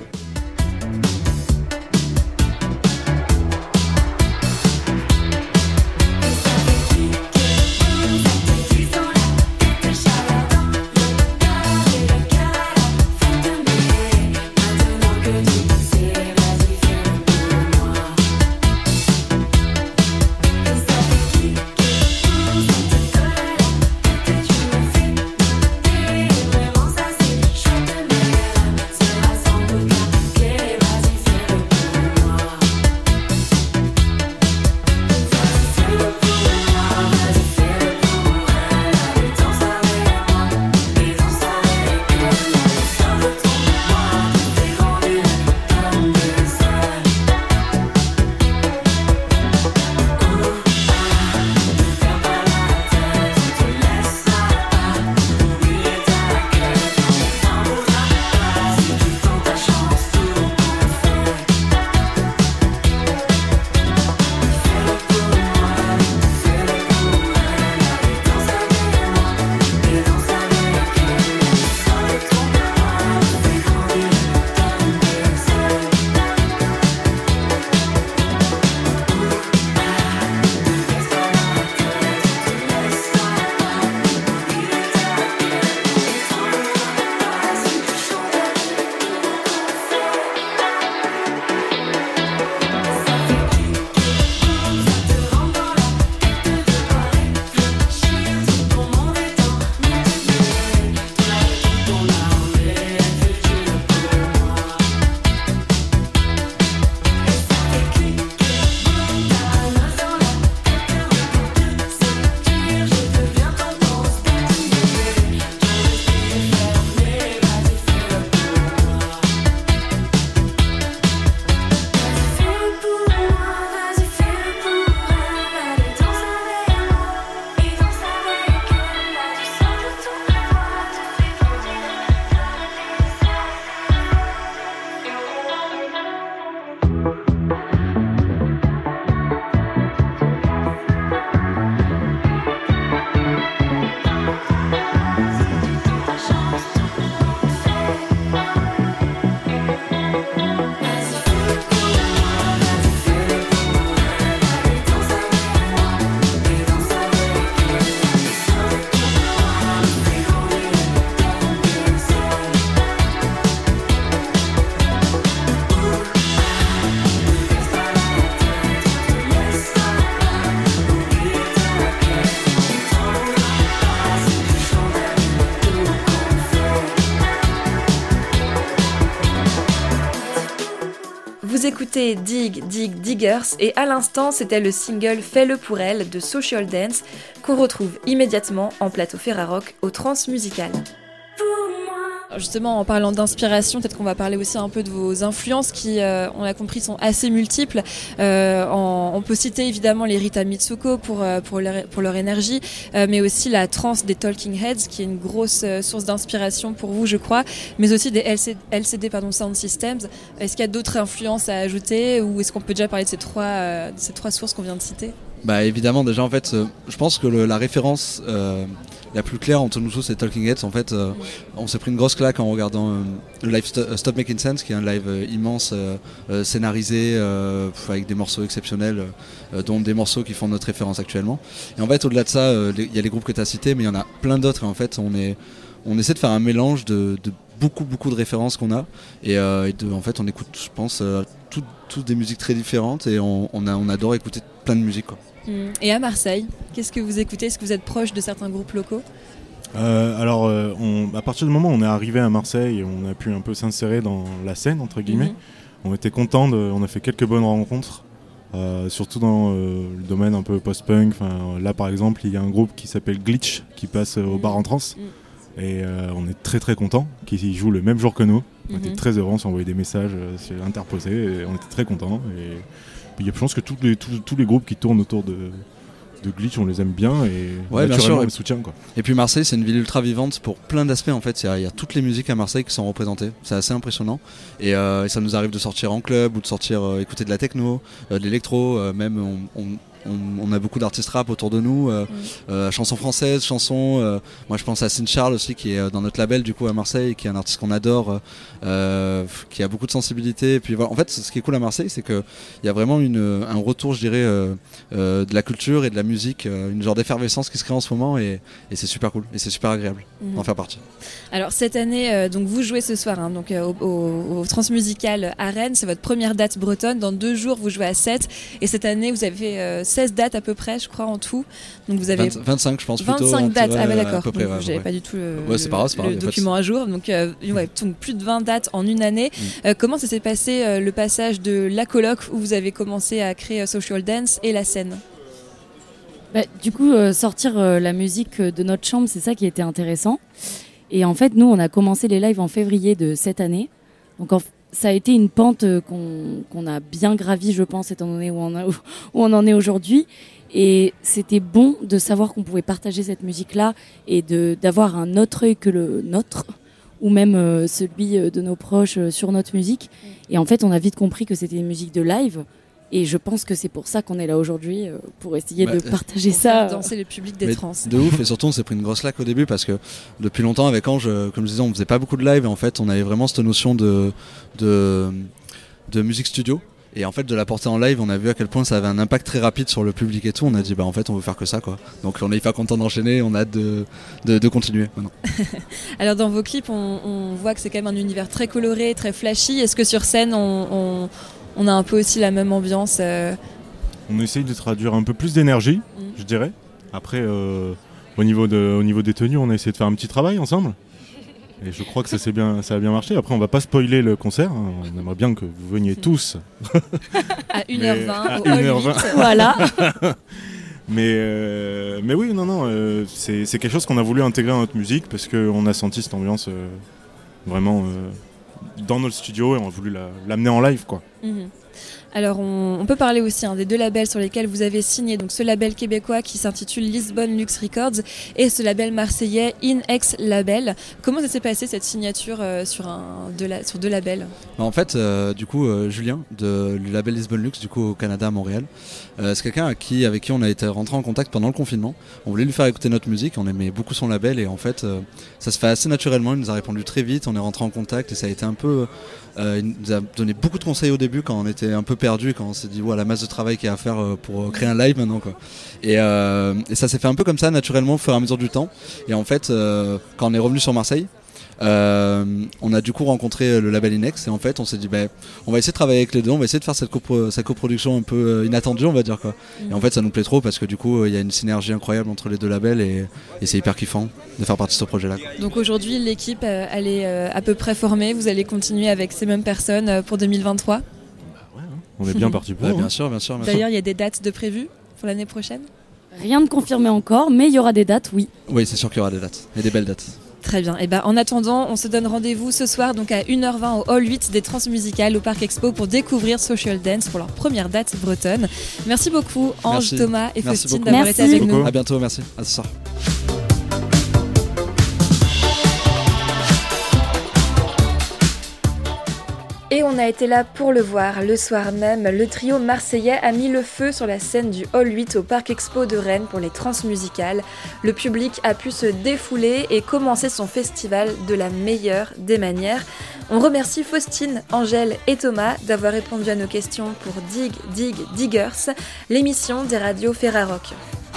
écouté Dig Dig Diggers et à l'instant c'était le single Fais-le pour elle de Social Dance qu'on retrouve immédiatement en plateau Ferrarock au Transmusical. Justement, en parlant d'inspiration, peut-être qu'on va parler aussi un peu de vos influences qui, euh, on l'a compris, sont assez multiples. Euh, en, on peut citer évidemment les Rita Mitsuko pour, euh, pour, leur, pour leur énergie, euh, mais aussi la trance des Talking Heads, qui est une grosse euh, source d'inspiration pour vous, je crois, mais aussi des L C D, L C D pardon, Sound Systems. Est-ce qu'il y a d'autres influences à ajouter ou est-ce qu'on peut déjà parler de ces trois, euh, de ces trois sources qu'on vient de citer ? Bah évidemment, déjà en fait, euh, je pense que le, la référence euh, la plus claire entre nous tous c'est Talking Heads. En fait, euh, on s'est pris une grosse claque en regardant euh, le live St- Stop Making Sense, qui est un live euh, immense, euh, euh, scénarisé, euh, avec des morceaux exceptionnels, euh, dont des morceaux qui font notre référence actuellement. Et en fait, au-delà de ça, il euh, y a les groupes que tu as cités, mais il y en a plein d'autres. Et en fait, on est, on essaie de faire un mélange de, de beaucoup beaucoup de références qu'on a et, euh, et de, en fait, on écoute, je pense, euh, toutes tout des musiques très différentes et on, on, a, on adore écouter plein de musique, quoi. Et à Marseille, qu'est-ce que vous écoutez ? Est-ce que vous êtes proche de certains groupes locaux ? euh, Alors, euh, on, à partir du moment où on est arrivé à Marseille, on a pu un peu s'insérer dans la scène, entre guillemets. Mm-hmm. On était contents, de, on a fait quelques bonnes rencontres, euh, surtout dans euh, le domaine un peu post-punk. Enfin, là, par exemple, il y a un groupe qui s'appelle Glitch qui passe euh, au bar en trance. Mm-hmm. Et euh, on est très très contents qu'ils jouent le même jour que nous. On mm-hmm. était très heureux, on s'est envoyé des messages euh, interposés et on était très contents. Et puis, je pense que tous les, tous, tous les groupes qui tournent autour de, de Glitch, on les aime bien et ouais, naturellement on les soutient, quoi. Et puis Marseille, c'est une ville ultra vivante pour plein d'aspects en fait. Il y a, il y a toutes les musiques à Marseille qui sont représentées. C'est assez impressionnant. Et, euh, et ça nous arrive de sortir en club ou de sortir euh, écouter de la techno, euh, de l'électro, euh, même on, on On, on a beaucoup d'artistes rap autour de nous, euh, mmh. euh, chansons françaises, chansons. Euh, moi, je pense à Sin Charles aussi, qui est dans notre label du coup à Marseille, qui est un artiste qu'on adore, euh, qui a beaucoup de sensibilité. Et puis voilà. En fait, ce qui est cool à Marseille, c'est que il y a vraiment une, un retour, je dirais, euh, euh, de la culture et de la musique, euh, une genre d'effervescence qui se crée en ce moment, et, et c'est super cool, et c'est super agréable mmh. d'en faire partie. Alors cette année, euh, donc vous jouez ce soir, hein, donc euh, au, au, au Transmusical à Rennes, c'est votre première date bretonne. Dans deux jours, vous jouez à Sète, et cette année, vous avez euh, seize dates à peu près, je crois, en tout. Donc vous avez vingt, vingt-cinq, je pense plutôt. vingt-cinq dates, ouais, ah bah d'accord. Peu près, donc, ouais, j'avais ouais. pas du tout le, ouais, c'est pas grave, c'est pas grave, le document à jour. Donc, euh, ouais, donc plus de vingt dates en une année. Mm. Euh, comment ça s'est passé euh, le passage de la coloc où vous avez commencé à créer euh, Social Dance et la scène ? Bah, du coup, euh, sortir euh, la musique de notre chambre, c'est ça qui était intéressant. Et en fait, nous, on a commencé les lives en février de cette année. Donc, en, ça a été une pente euh, qu'on, qu'on a bien gravie, je pense, étant donné où on, a, où on en est aujourd'hui. Et c'était bon de savoir qu'on pouvait partager cette musique-là et de, d'avoir un autre œil que le nôtre, ou même euh, celui de nos proches euh, sur notre musique. Et en fait, on a vite compris que c'était une musique de live. Et je pense que c'est pour ça qu'on est là aujourd'hui, euh, pour essayer bah, de partager pour ça. Faire danser le public des trans. De ouf, et surtout on s'est pris une grosse claque au début parce que depuis longtemps avec Ange, comme je disais, on faisait pas beaucoup de live et en fait on avait vraiment cette notion de, de, de musique studio. Et en fait de la porter en live, on a vu à quel point ça avait un impact très rapide sur le public et tout. On a dit bah en fait on veut faire que ça, quoi. Donc on est hyper content d'enchaîner, on a hâte de, de, de continuer maintenant. Alors dans vos clips on, on voit que c'est quand même un univers très coloré, très flashy. Est-ce que sur scène on, on, on a un peu aussi la même ambiance euh... On essaye de traduire un peu plus d'énergie, mmh. je dirais. Après euh, au, niveau de, au niveau des tenues, on a essayé de faire un petit travail ensemble. Et je crois que ça, s'est bien, ça a bien marché. Après, on va pas spoiler le concert. On aimerait bien que vous veniez tous. À une heure vingt à au une heure vingt. Voilà. mais, euh, mais oui, non, non. Euh, c'est, c'est quelque chose qu'on a voulu intégrer dans notre musique parce qu'on a senti cette ambiance euh, vraiment euh, dans notre studio et on a voulu la, l'amener en live, quoi. Mm-hmm. Alors on, on peut parler aussi hein, des deux labels sur lesquels vous avez signé, donc ce label québécois qui s'intitule Lisbonne Luxe Records et ce label marseillais In-X Label. Comment ça s'est passé cette signature euh, sur, un, de la, sur deux labels ? En fait, euh, du coup, euh, Julien de, du label Lisbonne Luxe, du coup au Canada, à Montréal, euh, c'est quelqu'un à qui, avec qui on a été rentré en contact pendant le confinement. On voulait lui faire écouter notre musique, on aimait beaucoup son label et en fait, euh, ça se fait assez naturellement. Il nous a répondu très vite, on est rentré en contact et ça a été un peu... Euh, il nous a donné beaucoup de conseils au début quand on était un peu perdu, quand on s'est dit ouais, la masse de travail qu'il y a à faire euh, pour euh, créer un live maintenant, quoi. Et, euh, et ça s'est fait un peu comme ça naturellement au fur et à mesure du temps. Et en fait, euh, quand on est revenu sur Marseille, euh, on a du coup rencontré le label In-X et en fait on s'est dit bah, on va essayer de travailler avec les deux, on va essayer de faire cette, copro- cette coproduction un peu inattendue, on va dire, quoi. Et en fait ça nous plaît trop parce que du coup il y a une synergie incroyable entre les deux labels et, et c'est hyper kiffant de faire partie de ce projet là, quoi. Donc aujourd'hui l'équipe euh, elle est euh, à peu près formée, vous allez continuer avec ces mêmes personnes euh, pour deux mille vingt-trois ? on est bien parti pour. Ouais, hein. bien sûr, bien sûr. Bien D'ailleurs, sûr. il y a des dates de prévues pour l'année prochaine ? Rien de confirmé encore, mais il y aura des dates, oui. Oui, c'est sûr qu'il y aura des dates, et des belles dates. Très bien. Et ben, en attendant, on se donne rendez-vous ce soir donc à une heure vingt au hall huit des Transmusicales au Parc Expo pour découvrir Social Dance pour leur première date bretonne. Merci beaucoup Ange, Merci. Thomas et Merci Faustine beaucoup. d'avoir Merci. été avec nous. À bientôt, merci. À ce soir. Et on a été là pour le voir. Le soir même, le trio marseillais a mis le feu sur la scène du hall huit au Parc Expo de Rennes pour les Transmusicales. Le public a pu se défouler et commencer son festival de la meilleure des manières. On remercie Faustine, Angèle et Thomas d'avoir répondu à nos questions pour Dig, Dig, Diggers, l'émission des radios Ferrarock.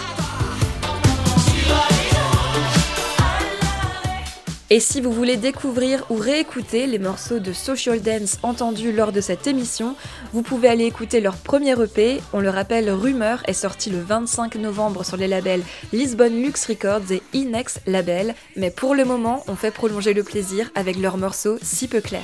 Et si vous voulez découvrir ou réécouter les morceaux de Social Dance entendus lors de cette émission, vous pouvez aller écouter leur premier E P. On le rappelle, Rumeur est sorti le vingt-cinq novembre sur les labels Lisbonne Lux Records et Inex Label. Mais pour le moment, on fait prolonger le plaisir avec leur morceau Si peu clair.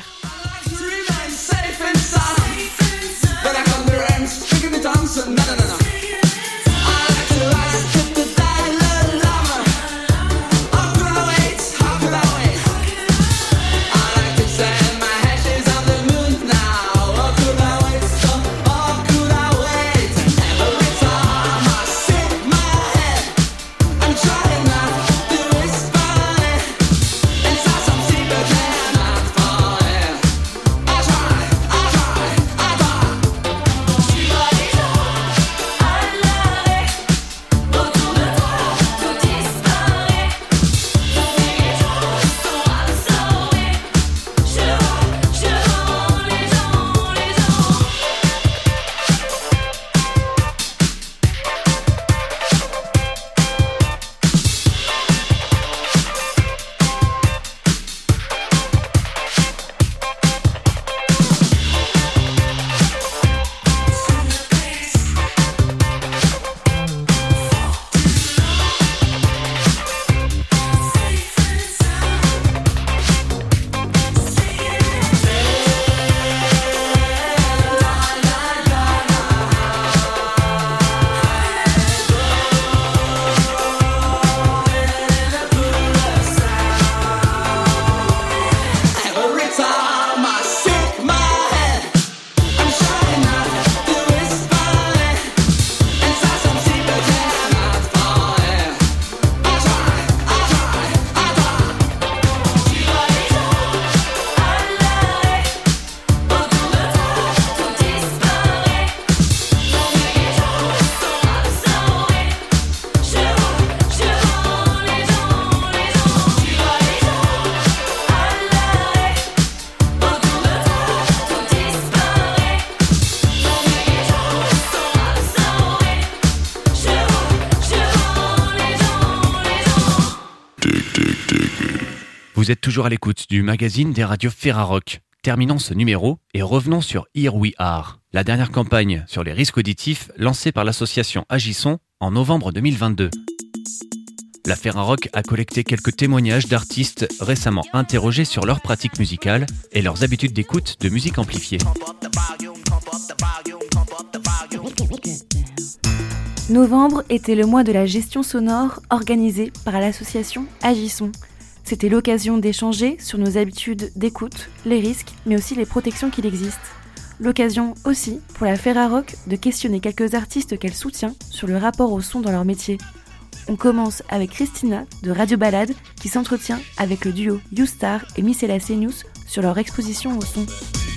Vous êtes toujours à l'écoute du magazine des radios Ferrarock. Terminons ce numéro et revenons sur Here We Are, la dernière campagne sur les risques auditifs lancée par l'association Agissons en novembre deux mille vingt-deux. La Ferrarock a collecté quelques témoignages d'artistes récemment interrogés sur leurs pratiques musicales et leurs habitudes d'écoute de musique amplifiée. Novembre était le mois de la gestion sonore organisé par l'association Agissons. C'était l'occasion d'échanger sur nos habitudes d'écoute, les risques, mais aussi les protections qu'il existe. L'occasion aussi pour la Ferrarock de questionner quelques artistes qu'elle soutient sur le rapport au son dans leur métier. On commence avec Christina de Radio Balade qui s'entretient avec le duo YouStar et Micela Senius sur leur exposition au son.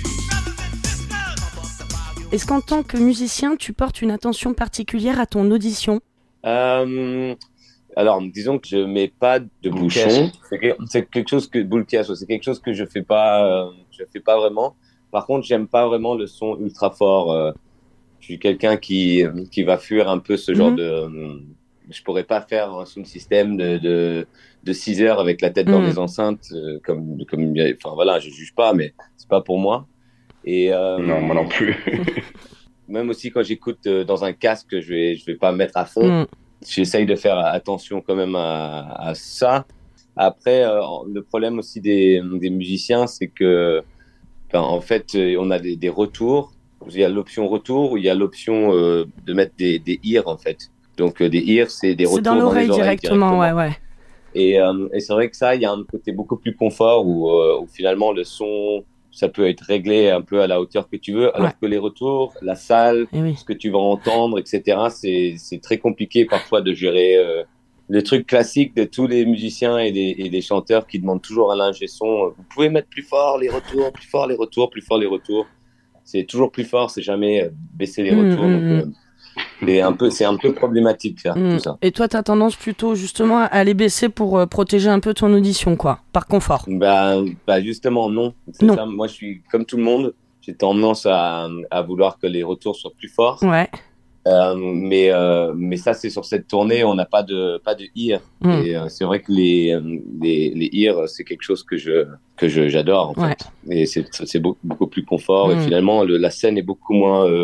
Est-ce qu'en tant que musicien, tu portes une attention particulière à ton audition ? euh, Alors, disons que je mets pas de bouchon. C'est, que, c'est quelque chose que boule cache, c'est quelque chose que je fais pas, euh, je fais pas vraiment. Par contre, j'aime pas vraiment le son ultra fort. Euh, je suis quelqu'un qui qui va fuir un peu ce genre mm-hmm. de. Euh, je pourrais pas faire un sound system de de de six heures avec la tête mm. dans les enceintes, euh, comme comme. Enfin voilà, je juge pas, mais c'est pas pour moi. Et euh, non, moi non plus. Même aussi quand j'écoute euh, dans un casque, je vais je vais pas me mettre à fond. Mm. J'essaye de faire attention quand même à, à ça. Après, euh, le problème aussi des, des musiciens, c'est que, ben, en fait, on a des, des retours il y a l'option retour ou il y a l'option euh, de mettre des, des ears en fait. Donc euh, des ears, c'est des retours c'est dans dans l'oreille les oreilles directement, directement. ouais, ouais. Et, euh, et c'est vrai que ça, il y a un côté beaucoup plus confort où, euh, où finalement le son, ça peut être réglé un peu à la hauteur que tu veux, alors Ouais. que les retours, la salle, Eh oui. ce que tu vas entendre, et cetera, c'est, c'est très compliqué parfois de gérer euh, le truc classique de tous les musiciens et des, et des chanteurs qui demandent toujours à l'ingé son, euh, vous pouvez mettre plus fort les retours, plus fort les retours, plus fort les retours. C'est toujours plus fort, c'est jamais euh, baisser les Mmh, retours. mmh, donc, euh, c'est un peu, c'est un peu problématique ça, Mmh. tout ça. Et toi, t'as tendance plutôt justement à les baisser pour euh, protéger un peu ton audition, quoi, par confort. Bah, bah justement non. C'est Non. ça. Moi je suis comme tout le monde. J'ai tendance à, à vouloir que les retours soient plus forts. Ouais. Euh, mais euh, mais ça c'est sur cette tournée on n'a pas de pas de ear. Mm. Et euh, c'est vrai que les euh, les les ears c'est quelque chose que je que je j'adore en Ouais. fait. Et c'est c'est beaucoup beaucoup plus confort Mm. et finalement le, la scène est beaucoup moins euh,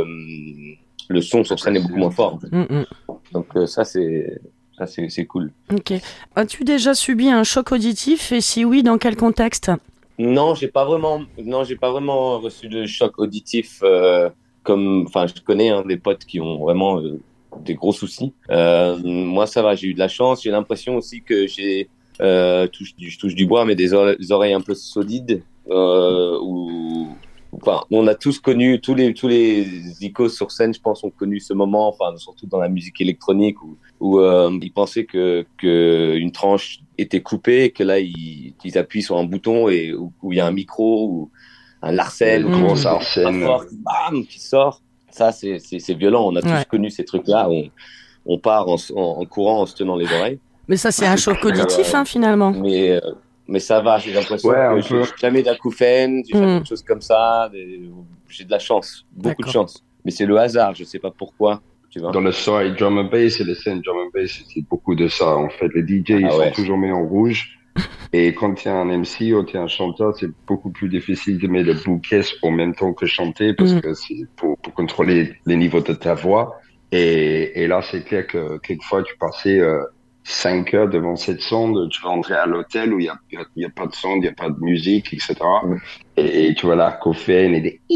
le son sur scène est beaucoup moins fort en fait. Mm, mm. Donc euh, ça c'est ça c'est c'est cool. Ok. As-tu déjà subi un choc auditif et si oui, dans quel contexte? Non, j'ai pas vraiment, non, j'ai pas vraiment reçu de choc auditif. Euh, comme, enfin, je connais hein, des potes qui ont vraiment euh, des gros soucis. Euh, moi, ça va, j'ai eu de la chance. J'ai l'impression aussi que j'ai, euh, touche du, je touche du bois, mais des, ore- des oreilles un peu solides. Euh, où, enfin, on a tous connu, tous les tous les icônes sur scène, je pense, ont connu ce moment. Enfin, surtout dans la musique électronique où, où euh, ils pensaient que que une tranche était coupée, et que là ils, ils appuient sur un bouton et où où il y a un micro ou un Larsen, Une ou grosse un Larsen. fort qui, bam, qui sort. Ça, c'est c'est c'est violent. On a tous Ouais. connu ces trucs-là. On on part en, en, en courant en se tenant les oreilles. Mais ça, c'est un choc Euh, auditif, hein, finalement. Mais euh, mais ça va. J'ai l'impression Ouais, un que peu. j'ai jamais d'acouphènes, j'ai jamais Mm. de choses comme ça. des- J'ai de la chance, beaucoup de D'accord. chance. Mais c'est le hasard. Je sais pas pourquoi. Tu vois. Dans le soirée drum and bass et les scènes drum and bass, c'est beaucoup de ça. En fait, les D J, ils Ah ouais. sont toujours mis en rouge. Et quand tu es un M C ou tu es un chanteur, c'est beaucoup plus difficile de mettre le bouquet en même temps que chanter parce Mm. que c'est pour, pour contrôler les niveaux de ta voix. Et, et là, c'est clair que quelquefois, tu passais euh, cinq heures devant cette sonde, tu vas rentrer à l'hôtel où il y a, il y a- il y a pas de sonde, il y a pas de musique, et cetera. Mm. Et, et tu vois l'acouphène et des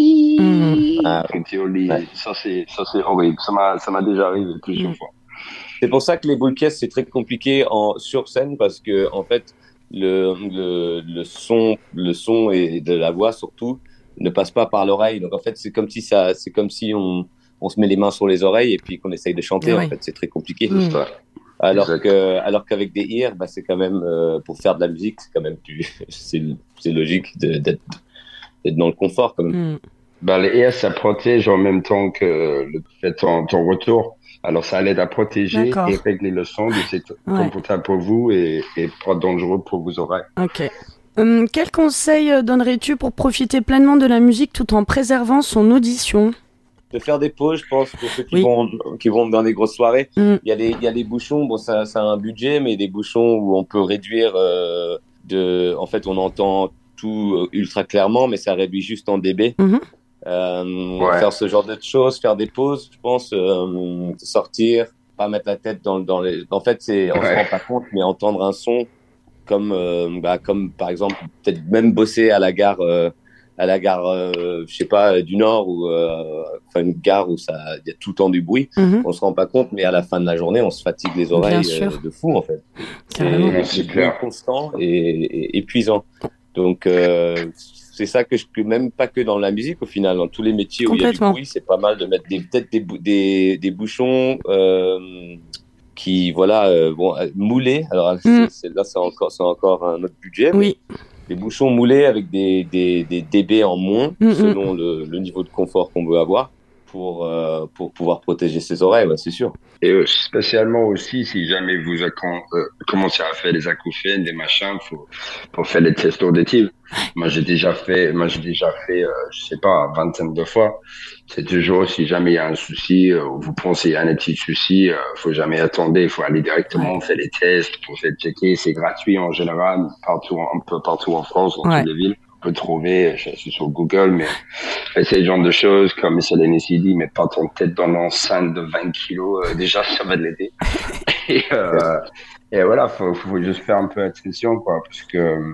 Mm. Ah, quand tu es au lit. Ouais. Ça, c'est, ça, c'est horrible. Ça m'a, ça m'a déjà arrivé plusieurs Mm. fois. C'est pour ça que les boules caisses c'est très compliqué en sur scène parce que en fait le le le son le son et de la voix surtout ne passe pas par l'oreille. Donc en fait c'est comme si ça c'est comme si on on se met les mains sur les oreilles et puis qu'on essaye de chanter. Ah En ouais. fait c'est très compliqué. Mm. C'est ça. Alors Exact. que alors qu'avec des ears bah c'est quand même euh, pour faire de la musique c'est quand même plus c'est c'est logique de, d'être d'être dans le confort quand même. Mm. Ben, les ears, ça protège en même temps que le fait ton, ton retour. Alors, ça aide à protéger D'accord. et régler le son, de c'est Ouais. confortable pour vous et, et pas dangereux pour vos oreilles. Ok. Hum, quel conseil euh, donnerais-tu pour profiter pleinement de la musique tout en préservant son audition? De faire des pauses, je pense, pour ceux qui Oui. vont qui vont dans des grosses soirées. Mm. Il y a des il y a des bouchons, bon ça ça a un budget, mais des bouchons où on peut réduire euh, de, en fait on entend tout euh, ultra clairement, mais ça réduit juste en dB. Mhm. Euh, Ouais. Faire ce genre de choses, faire des pauses, je pense, euh, sortir, pas mettre la tête dans dans les. En fait c'est on se Ouais. rend pas compte, mais entendre un son comme euh, bah comme par exemple peut-être même bosser à la gare. Euh, à la gare, euh, je sais pas, du Nord ou euh, enfin une gare où ça, il y a tout le temps du bruit. Mhm. On se rend pas compte, mais à la fin de la journée, on se fatigue les oreilles Bien sûr. euh, de fou en fait. Carrément. Ouais, C'est c'est clair. constant et, et épuisant. Donc euh, c'est ça que je peux même pas que dans la musique au final, dans tous les métiers où il y a du Complètement. bruit, c'est pas mal de mettre des peut-être des, bou- des des bouchons. Euh, qui voilà euh, bon euh, moulés alors c'est, Mm. c'est- là c'est encore c'est encore un autre budget mais Oui. des bouchons moulés avec des, des, des dB en moins Mm, mm. selon le, le niveau de confort qu'on veut avoir pour, euh, pour pouvoir protéger ses oreilles, ouais, c'est sûr. Et euh, spécialement aussi, si jamais vous accom- euh, commencez à faire des acouphènes, des machins, faut, faut faire des tests auditifs. Moi, j'ai déjà fait, moi, j'ai déjà fait, euh, je sais pas, une vingtaine de fois. C'est toujours, si jamais il y a un souci, euh, vous pensez à un petit souci, euh, faut jamais attendre, il faut aller directement faire des tests pour faire checker. C'est gratuit en général, partout, un peu partout en France, dans Ouais. toutes les villes. On peut trouver, je suis sur Google, mais c'est le genre de choses comme Céline s'est dit, mais pas ton tête dans l'enceinte de vingt kilos, euh, déjà, ça va l'aider. et, euh, et voilà, faut, faut juste faire un peu attention, quoi, parce que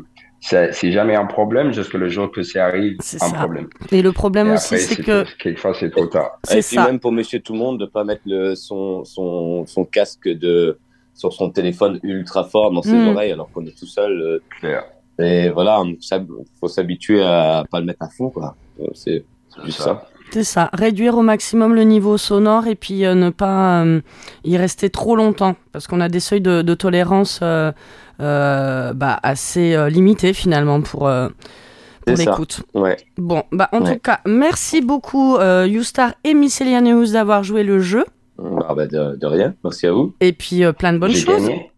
c'est, c'est jamais un problème jusqu'à le jour que ça arrive, C'est un ça. problème. Et le problème Et aussi, après, c'est c'est que tout- quelquefois, c'est trop tard. C'est Et puis ça. même pour Monsieur Tout le Monde, de pas mettre le, son, son, son casque de, sur son téléphone ultra fort dans ses Mm. oreilles alors qu'on est tout seul. euh, Clair. Et voilà, il faut s'habituer à pas le mettre à fond, quoi. Euh, C'est c'est juste ça. ça. c'est ça, réduire au maximum le niveau sonore et puis euh, ne pas euh, y rester trop longtemps parce qu'on a des seuils de, de tolérance euh, euh, bah, assez euh, limités finalement pour, euh, pour C'est ça. l'écoute. Ouais. Bon, bah en Ouais. tout cas, merci beaucoup euh, Youstar et Miscellaneous d'avoir joué le jeu Ah bah de, de rien. Merci à vous. et puis euh, plein de bonnes J'ai choses. gagné.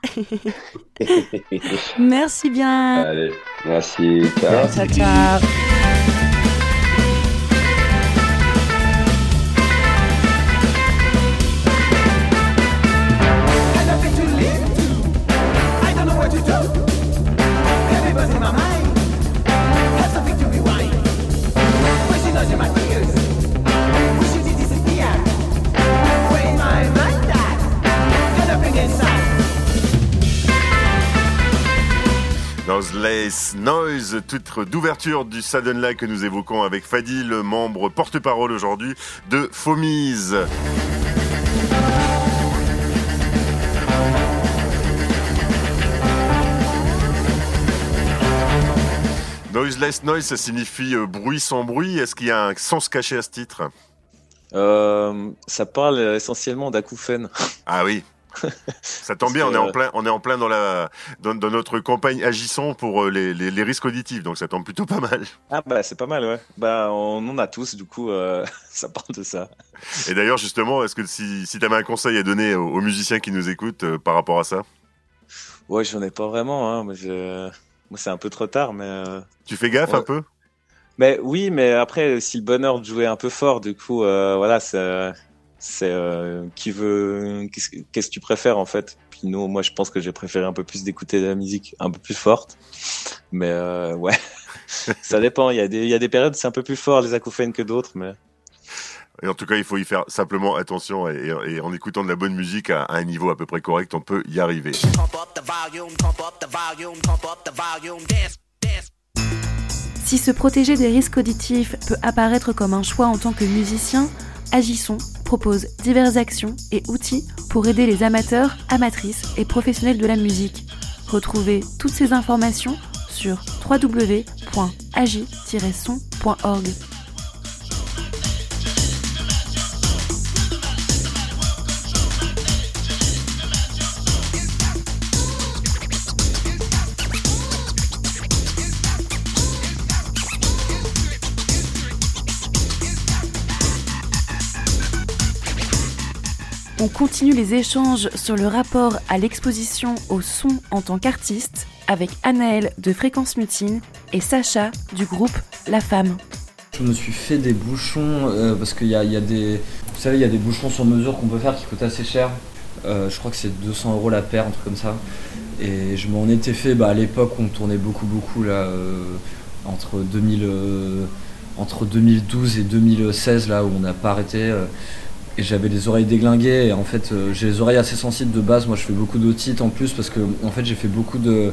Merci bien. Allez, merci. Ciao. Ciao, ciao. Noiseless Noise, titre d'ouverture du Sudden Light que nous évoquons avec Fadil, membre porte-parole aujourd'hui de Fomise. Noiseless Noise, ça signifie euh, bruit sans bruit. Est-ce qu'il y a un sens caché à ce titre? Euh, ça parle essentiellement d'acouphènes. Ah oui. Ça tombe Parce bien, que- on est en plein, on est en plein dans la, dans, dans notre campagne Agissons pour euh, les, les, les risques auditifs, donc ça tombe plutôt pas mal. Ah bah c'est pas mal, ouais. Bah on en a tous, du coup euh, ça parle de ça. Et d'ailleurs, justement, est-ce que si, si tu avais un conseil à donner aux, aux musiciens qui nous écoutent euh, par rapport à ça? Ouais, j'en ai pas vraiment, hein. Moi, je... Moi c'est un peu trop tard, mais... euh, Tu fais gaffe ouais. un peu? Mais oui, mais après, si le bonheur de jouer un peu fort, du coup, euh, voilà, c'est... C'est euh, qui veut qu'est-ce que qu'est-ce que tu préfères en fait. Puis nous, moi je pense que j'ai préféré un peu plus d'écouter de la musique un peu plus forte, mais euh, ouais, ça dépend. Il y a des il y a des périodes où c'est un peu plus fort les acouphènes que d'autres, mais Et en tout cas, il faut y faire simplement attention et, et- et en écoutant de la bonne musique à, à un niveau à peu près correct, on peut y arriver. Si se protéger des risques auditifs peut apparaître comme un choix en tant que musicien, Agissons propose diverses actions et outils pour aider les amateurs, amatrices et professionnels de la musique. Retrouvez toutes ces informations sur w w w point agi tiret son point org. On continue les échanges sur le rapport à l'exposition au son en tant qu'artiste avec Anaël de Fréquence Mutine et Sacha du groupe La Femme. Je me suis fait des bouchons euh, parce qu'il y a, il y a des, vous savez, il y a des bouchons sur mesure qu'on peut faire qui coûtent assez cher. Euh, je crois que c'est deux cents euros la paire, un truc comme ça. Et je m'en étais fait, bah, à l'époque on tournait beaucoup beaucoup là, euh, entre, deux mille, euh, entre deux mille douze et deux mille seize là où on n'a pas arrêté. Euh, et j'avais les oreilles déglinguées et en fait euh, j'ai les oreilles assez sensibles de base. Moi je fais beaucoup d'otite en plus parce que en fait j'ai fait beaucoup de,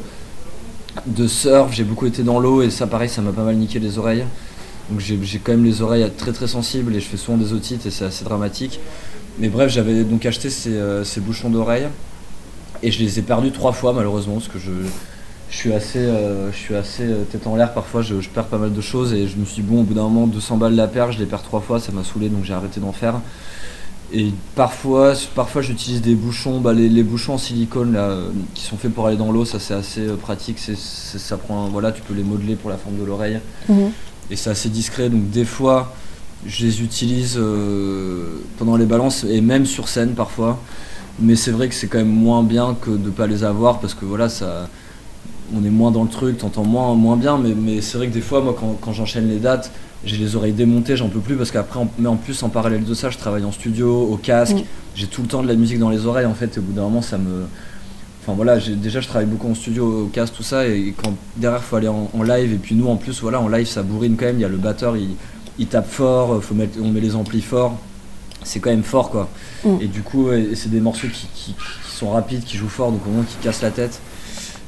de surf, j'ai beaucoup été dans l'eau et ça pareil ça m'a pas mal niqué les oreilles. Donc j'ai, j'ai quand même les oreilles très très sensibles et je fais souvent des otites et c'est assez dramatique. Mais bref, j'avais donc acheté ces, euh, ces bouchons d'oreilles et je les ai perdus trois fois malheureusement parce que je, je suis assez, euh, je suis assez euh, tête en l'air parfois, je, je perds pas mal de choses et je me suis dit bon au bout d'un moment deux cents balles la paire, je les perds trois fois, ça m'a saoulé donc j'ai arrêté d'en faire. Et parfois, parfois j'utilise des bouchons, bah les, les bouchons en silicone là, euh, qui sont faits pour aller dans l'eau, ça c'est assez euh, pratique, c'est, c'est, ça prend, voilà, tu peux les modeler pour la forme de l'oreille. Mhm. Et c'est assez discret, donc des fois je les utilise euh, pendant les balances et même sur scène parfois. Mais c'est vrai que c'est quand même moins bien que de pas les avoir parce que voilà, ça, on est moins dans le truc, t'entends moins, moins bien. Mais, mais c'est vrai que des fois, moi quand, quand j'enchaîne les dates, j'ai les oreilles démontées, j'en peux plus parce qu'après, en, mais en plus en parallèle de ça, je travaille en studio, au casque, Mm. j'ai tout le temps de la musique dans les oreilles en fait. Et au bout d'un moment, ça me, enfin voilà, j'ai, déjà je travaille beaucoup en studio, au casque, tout ça, et quand derrière faut aller en, en live et puis nous en plus voilà, en live ça bourrine quand même. Il y a le batteur, il, il tape fort, faut mettre, on met les amplis forts, c'est quand même fort quoi. Mm. Et du coup, et c'est des morceaux qui, qui, qui sont rapides, qui jouent fort, donc au moins qui cassent la tête.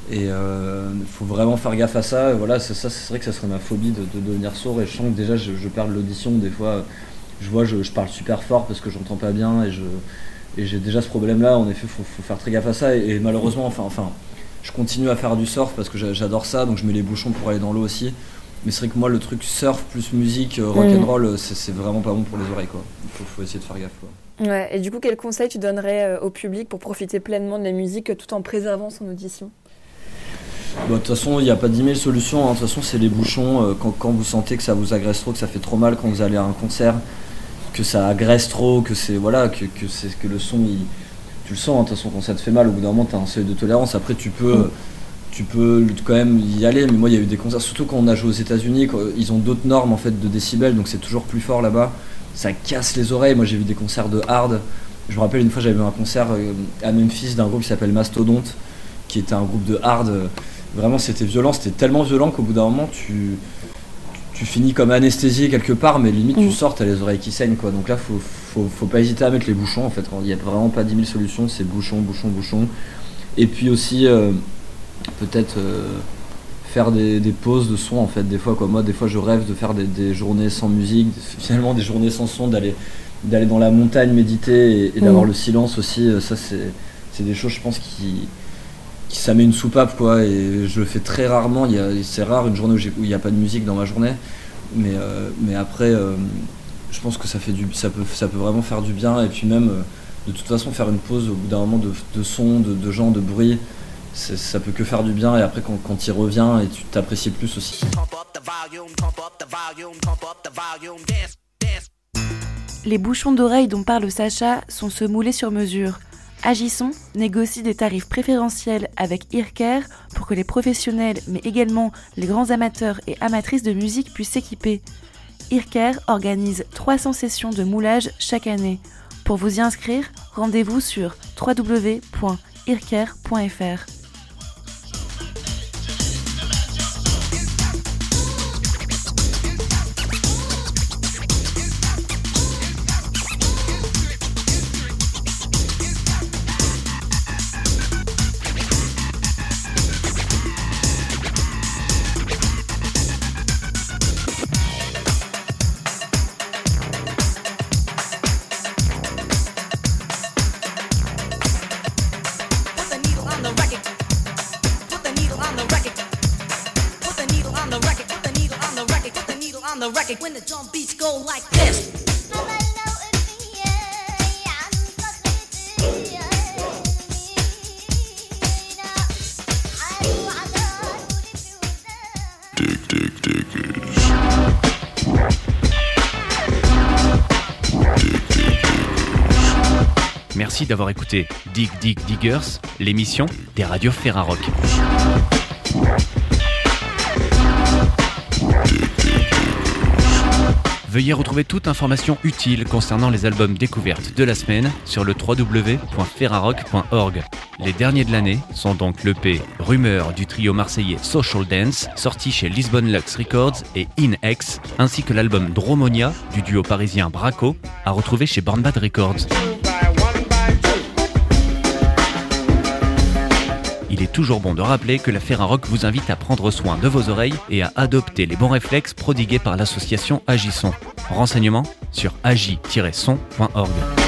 Et il euh, faut vraiment faire gaffe à ça. Et voilà, c'est, ça, c'est vrai que ça serait ma phobie de, de devenir sourd. Et je sens que déjà je, je perds de l'audition. Des fois, je vois, je, je parle super fort parce que j'entends pas bien. Et, je, et j'ai déjà ce problème-là. En effet, il faut, faut faire très gaffe à ça. Et, et malheureusement, enfin, enfin, je continue à faire du surf parce que j'adore ça. Donc je mets les bouchons pour aller dans l'eau aussi. Mais c'est vrai que moi, le truc surf plus musique, rock'n'roll, mmh. c'est, c'est vraiment pas bon pour les oreilles, quoi. Il faut, faut essayer de faire gaffe, quoi. Ouais, et du coup, quel conseil tu donnerais au public pour profiter pleinement de la musique tout en préservant son audition ? De toute façon, il n'y a pas dix mille solutions. De hein. toute façon, c'est les bouchons. Quand, quand vous sentez que ça vous agresse trop, que ça fait trop mal quand vous allez à un concert, que ça agresse trop, que c'est voilà, que, que, c'est, que le son, il, tu le sens. Hein. De toute façon, quand ça te fait mal, au bout d'un moment, tu as un seuil de tolérance. Après, tu peux... Mmh. Tu peux quand même y aller, mais moi il y a eu des concerts, surtout quand on a joué aux États-Unis, ils ont d'autres normes en fait de décibels, donc c'est toujours plus fort là-bas. Ça casse les oreilles. Moi j'ai vu des concerts de hard. Je me rappelle une fois j'avais vu un concert à Memphis d'un groupe qui s'appelle Mastodonte, qui était un groupe de hard. Vraiment c'était violent, c'était tellement violent qu'au bout d'un moment tu tu finis comme anesthésié quelque part, mais limite mmh. tu sors, t'as les oreilles qui saignent quoi. Donc là faut faut faut pas hésiter à mettre les bouchons en fait. Il y a vraiment pas dix mille solutions, c'est bouchon, bouchon, bouchon. Et puis aussi euh, peut-être euh, faire des, des pauses de son en fait des fois quoi. Moi des fois je rêve de faire des, des journées sans musique, finalement des journées sans son, d'aller d'aller dans la montagne méditer et, et d'avoir mmh. le silence aussi. Ça c'est c'est des choses je pense qui qui ça met une soupape quoi, et je le fais très rarement. Il y a, c'est rare une journée où, j'ai, où il n'y a pas de musique dans ma journée, mais euh, mais après euh, je pense que ça fait du ça peut ça peut vraiment faire du bien. Et puis même euh, de toute façon faire une pause au bout d'un moment de, de son, de, de gens, de bruit. C'est, ça peut que faire du bien, et après quand, quand tu y reviens et tu t'apprécies plus aussi. Les bouchons d'oreilles dont parle Sacha sont semoulés sur mesure. Agisson négocie des tarifs préférentiels avec Earcare pour que les professionnels, mais également les grands amateurs et amatrices de musique puissent s'équiper. Earcare organise trois cents sessions de moulage chaque année. Pour vous y inscrire, rendez-vous sur w w w point earcare point f r. When the drum beats go like this. Dig, dig, diggers. Merci d'avoir écouté Dig Dig Diggers, l'émission des radios Ferrarock. Veuillez retrouver toute information utile concernant les albums découvertes de la semaine sur le w w w point ferrarock point org. Les derniers de l'année sont donc l'E P Rumeur du trio marseillais Social Dance, sorti chez Lisbon Lux Records et In-X, ainsi que l'album Dromonia du duo parisien Braco, à retrouver chez Born Bad Records. Il est toujours bon de rappeler que la Ferrarock vous invite à prendre soin de vos oreilles et à adopter les bons réflexes prodigués par l'association Agisson. Renseignements sur agi tiret son point org.